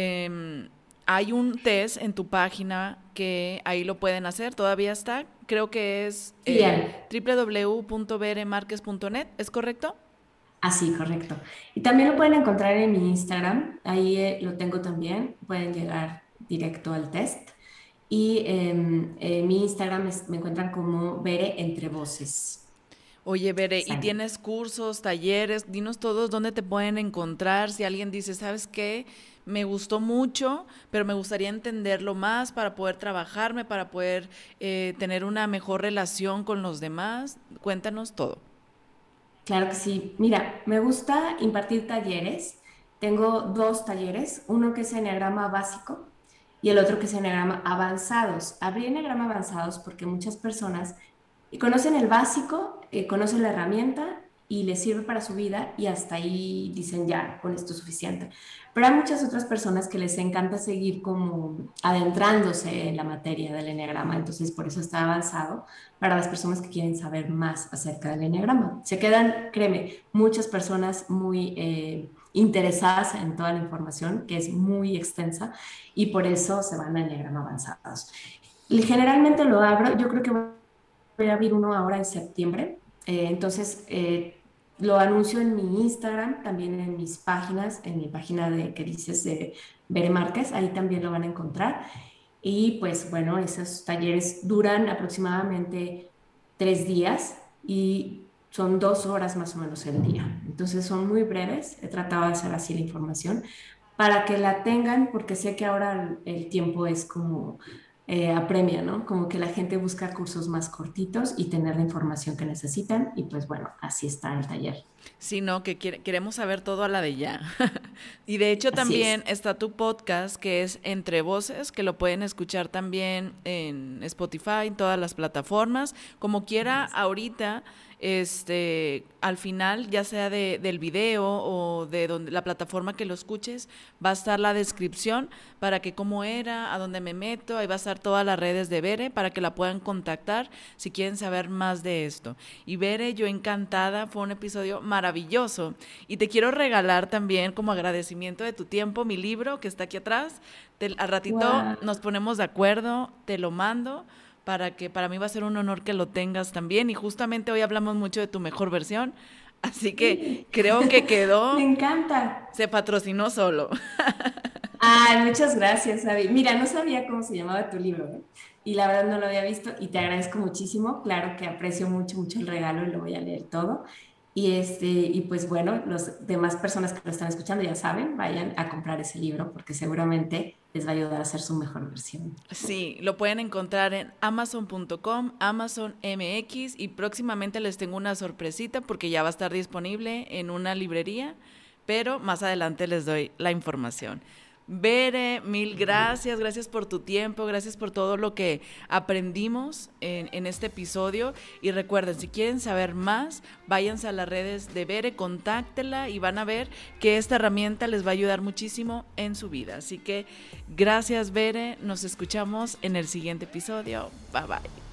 eh, hay un test en tu página que ahí lo pueden hacer, todavía está, creo que es Sí, eh, Anne. w w w punto bere marquez punto net, ¿es correcto? Así, correcto. Y también lo pueden encontrar en mi Instagram, ahí eh, lo tengo también, pueden llegar directo al test. Y em, en mi Instagram es- me encuentran como Bere Entre Voces. Oye, Bere, ¿y Sale. tienes cursos, talleres? Dinos todos dónde te pueden encontrar. Si alguien dice, ¿sabes qué? Me gustó mucho, pero me gustaría entenderlo más para poder trabajarme, para poder eh, tener una mejor relación con los demás. Cuéntanos todo. Claro que sí. Mira, me gusta impartir talleres. Tengo dos talleres, uno que es enneagrama básico y el otro que es enneagrama avanzados. Abrí enneagrama avanzados porque muchas personas conocen el básico, eh, conocen la herramienta y les sirve para su vida y hasta ahí dicen ya, con esto es suficiente. Pero hay muchas otras personas que les encanta seguir como adentrándose en la materia del enneagrama, entonces por eso está avanzado para las personas que quieren saber más acerca del enneagrama. Se quedan, créeme, muchas personas muy eh, interesadas en toda la información, que es muy extensa, y por eso se van a enneagrama avanzados. Y generalmente lo abro, yo creo que voy a abrir uno ahora en septiembre, eh, entonces eh, lo anuncio en mi Instagram, también en mis páginas, en mi página de que dices de Bere Márquez, ahí también lo van a encontrar. Y pues bueno, esos talleres duran aproximadamente tres días y son dos horas más o menos el día. Entonces son muy breves. He tratado de hacer así la información para que la tengan, porque sé que ahora el, el tiempo es como eh, apremia, ¿no? Como que la gente busca cursos más cortitos y tener la información que necesitan. Y pues bueno, así está el taller. Sí, no, que quiere- queremos saber todo a la de ya. Y de hecho Así también es. está tu podcast que es Entre Voces, que lo pueden escuchar también en Spotify, en todas las plataformas. Como quiera, ahorita, este, al final, ya sea de, del video o de donde, la plataforma que lo escuches, va a estar la descripción para que cómo era, a dónde me meto, ahí va a estar todas las redes de Bere para que la puedan contactar si quieren saber más de esto. Y Bere, yo encantada, fue un episodio maravilloso. Y te quiero regalar también como agradecimiento de tu tiempo mi libro que está aquí atrás. Te, al ratito Wow. nos ponemos de acuerdo, te lo mando para que para mí va a ser un honor que lo tengas también. Y justamente hoy hablamos mucho de tu mejor versión. Así que Sí. creo que Me quedó, encanta. se patrocinó solo. Ay, muchas gracias, Abby. Mira, no sabía cómo se llamaba tu libro, ¿eh? Y la verdad no lo había visto y te agradezco muchísimo. Claro que aprecio mucho, mucho el regalo y lo voy a leer todo. Y, este, y pues bueno, las demás personas que lo están escuchando ya saben, vayan a comprar ese libro porque seguramente les va a ayudar a hacer su mejor versión. Sí, lo pueden encontrar en amazon punto com, Amazon M X y próximamente les tengo una sorpresita porque ya va a estar disponible en una librería, pero más adelante les doy la información. Bere, mil gracias, gracias por tu tiempo, gracias por todo lo que aprendimos en, en este episodio y recuerden, si quieren saber más, váyanse a las redes de Bere, contáctela y van a ver que esta herramienta les va a ayudar muchísimo en su vida. Así que gracias, Bere, nos escuchamos en el siguiente episodio, bye bye.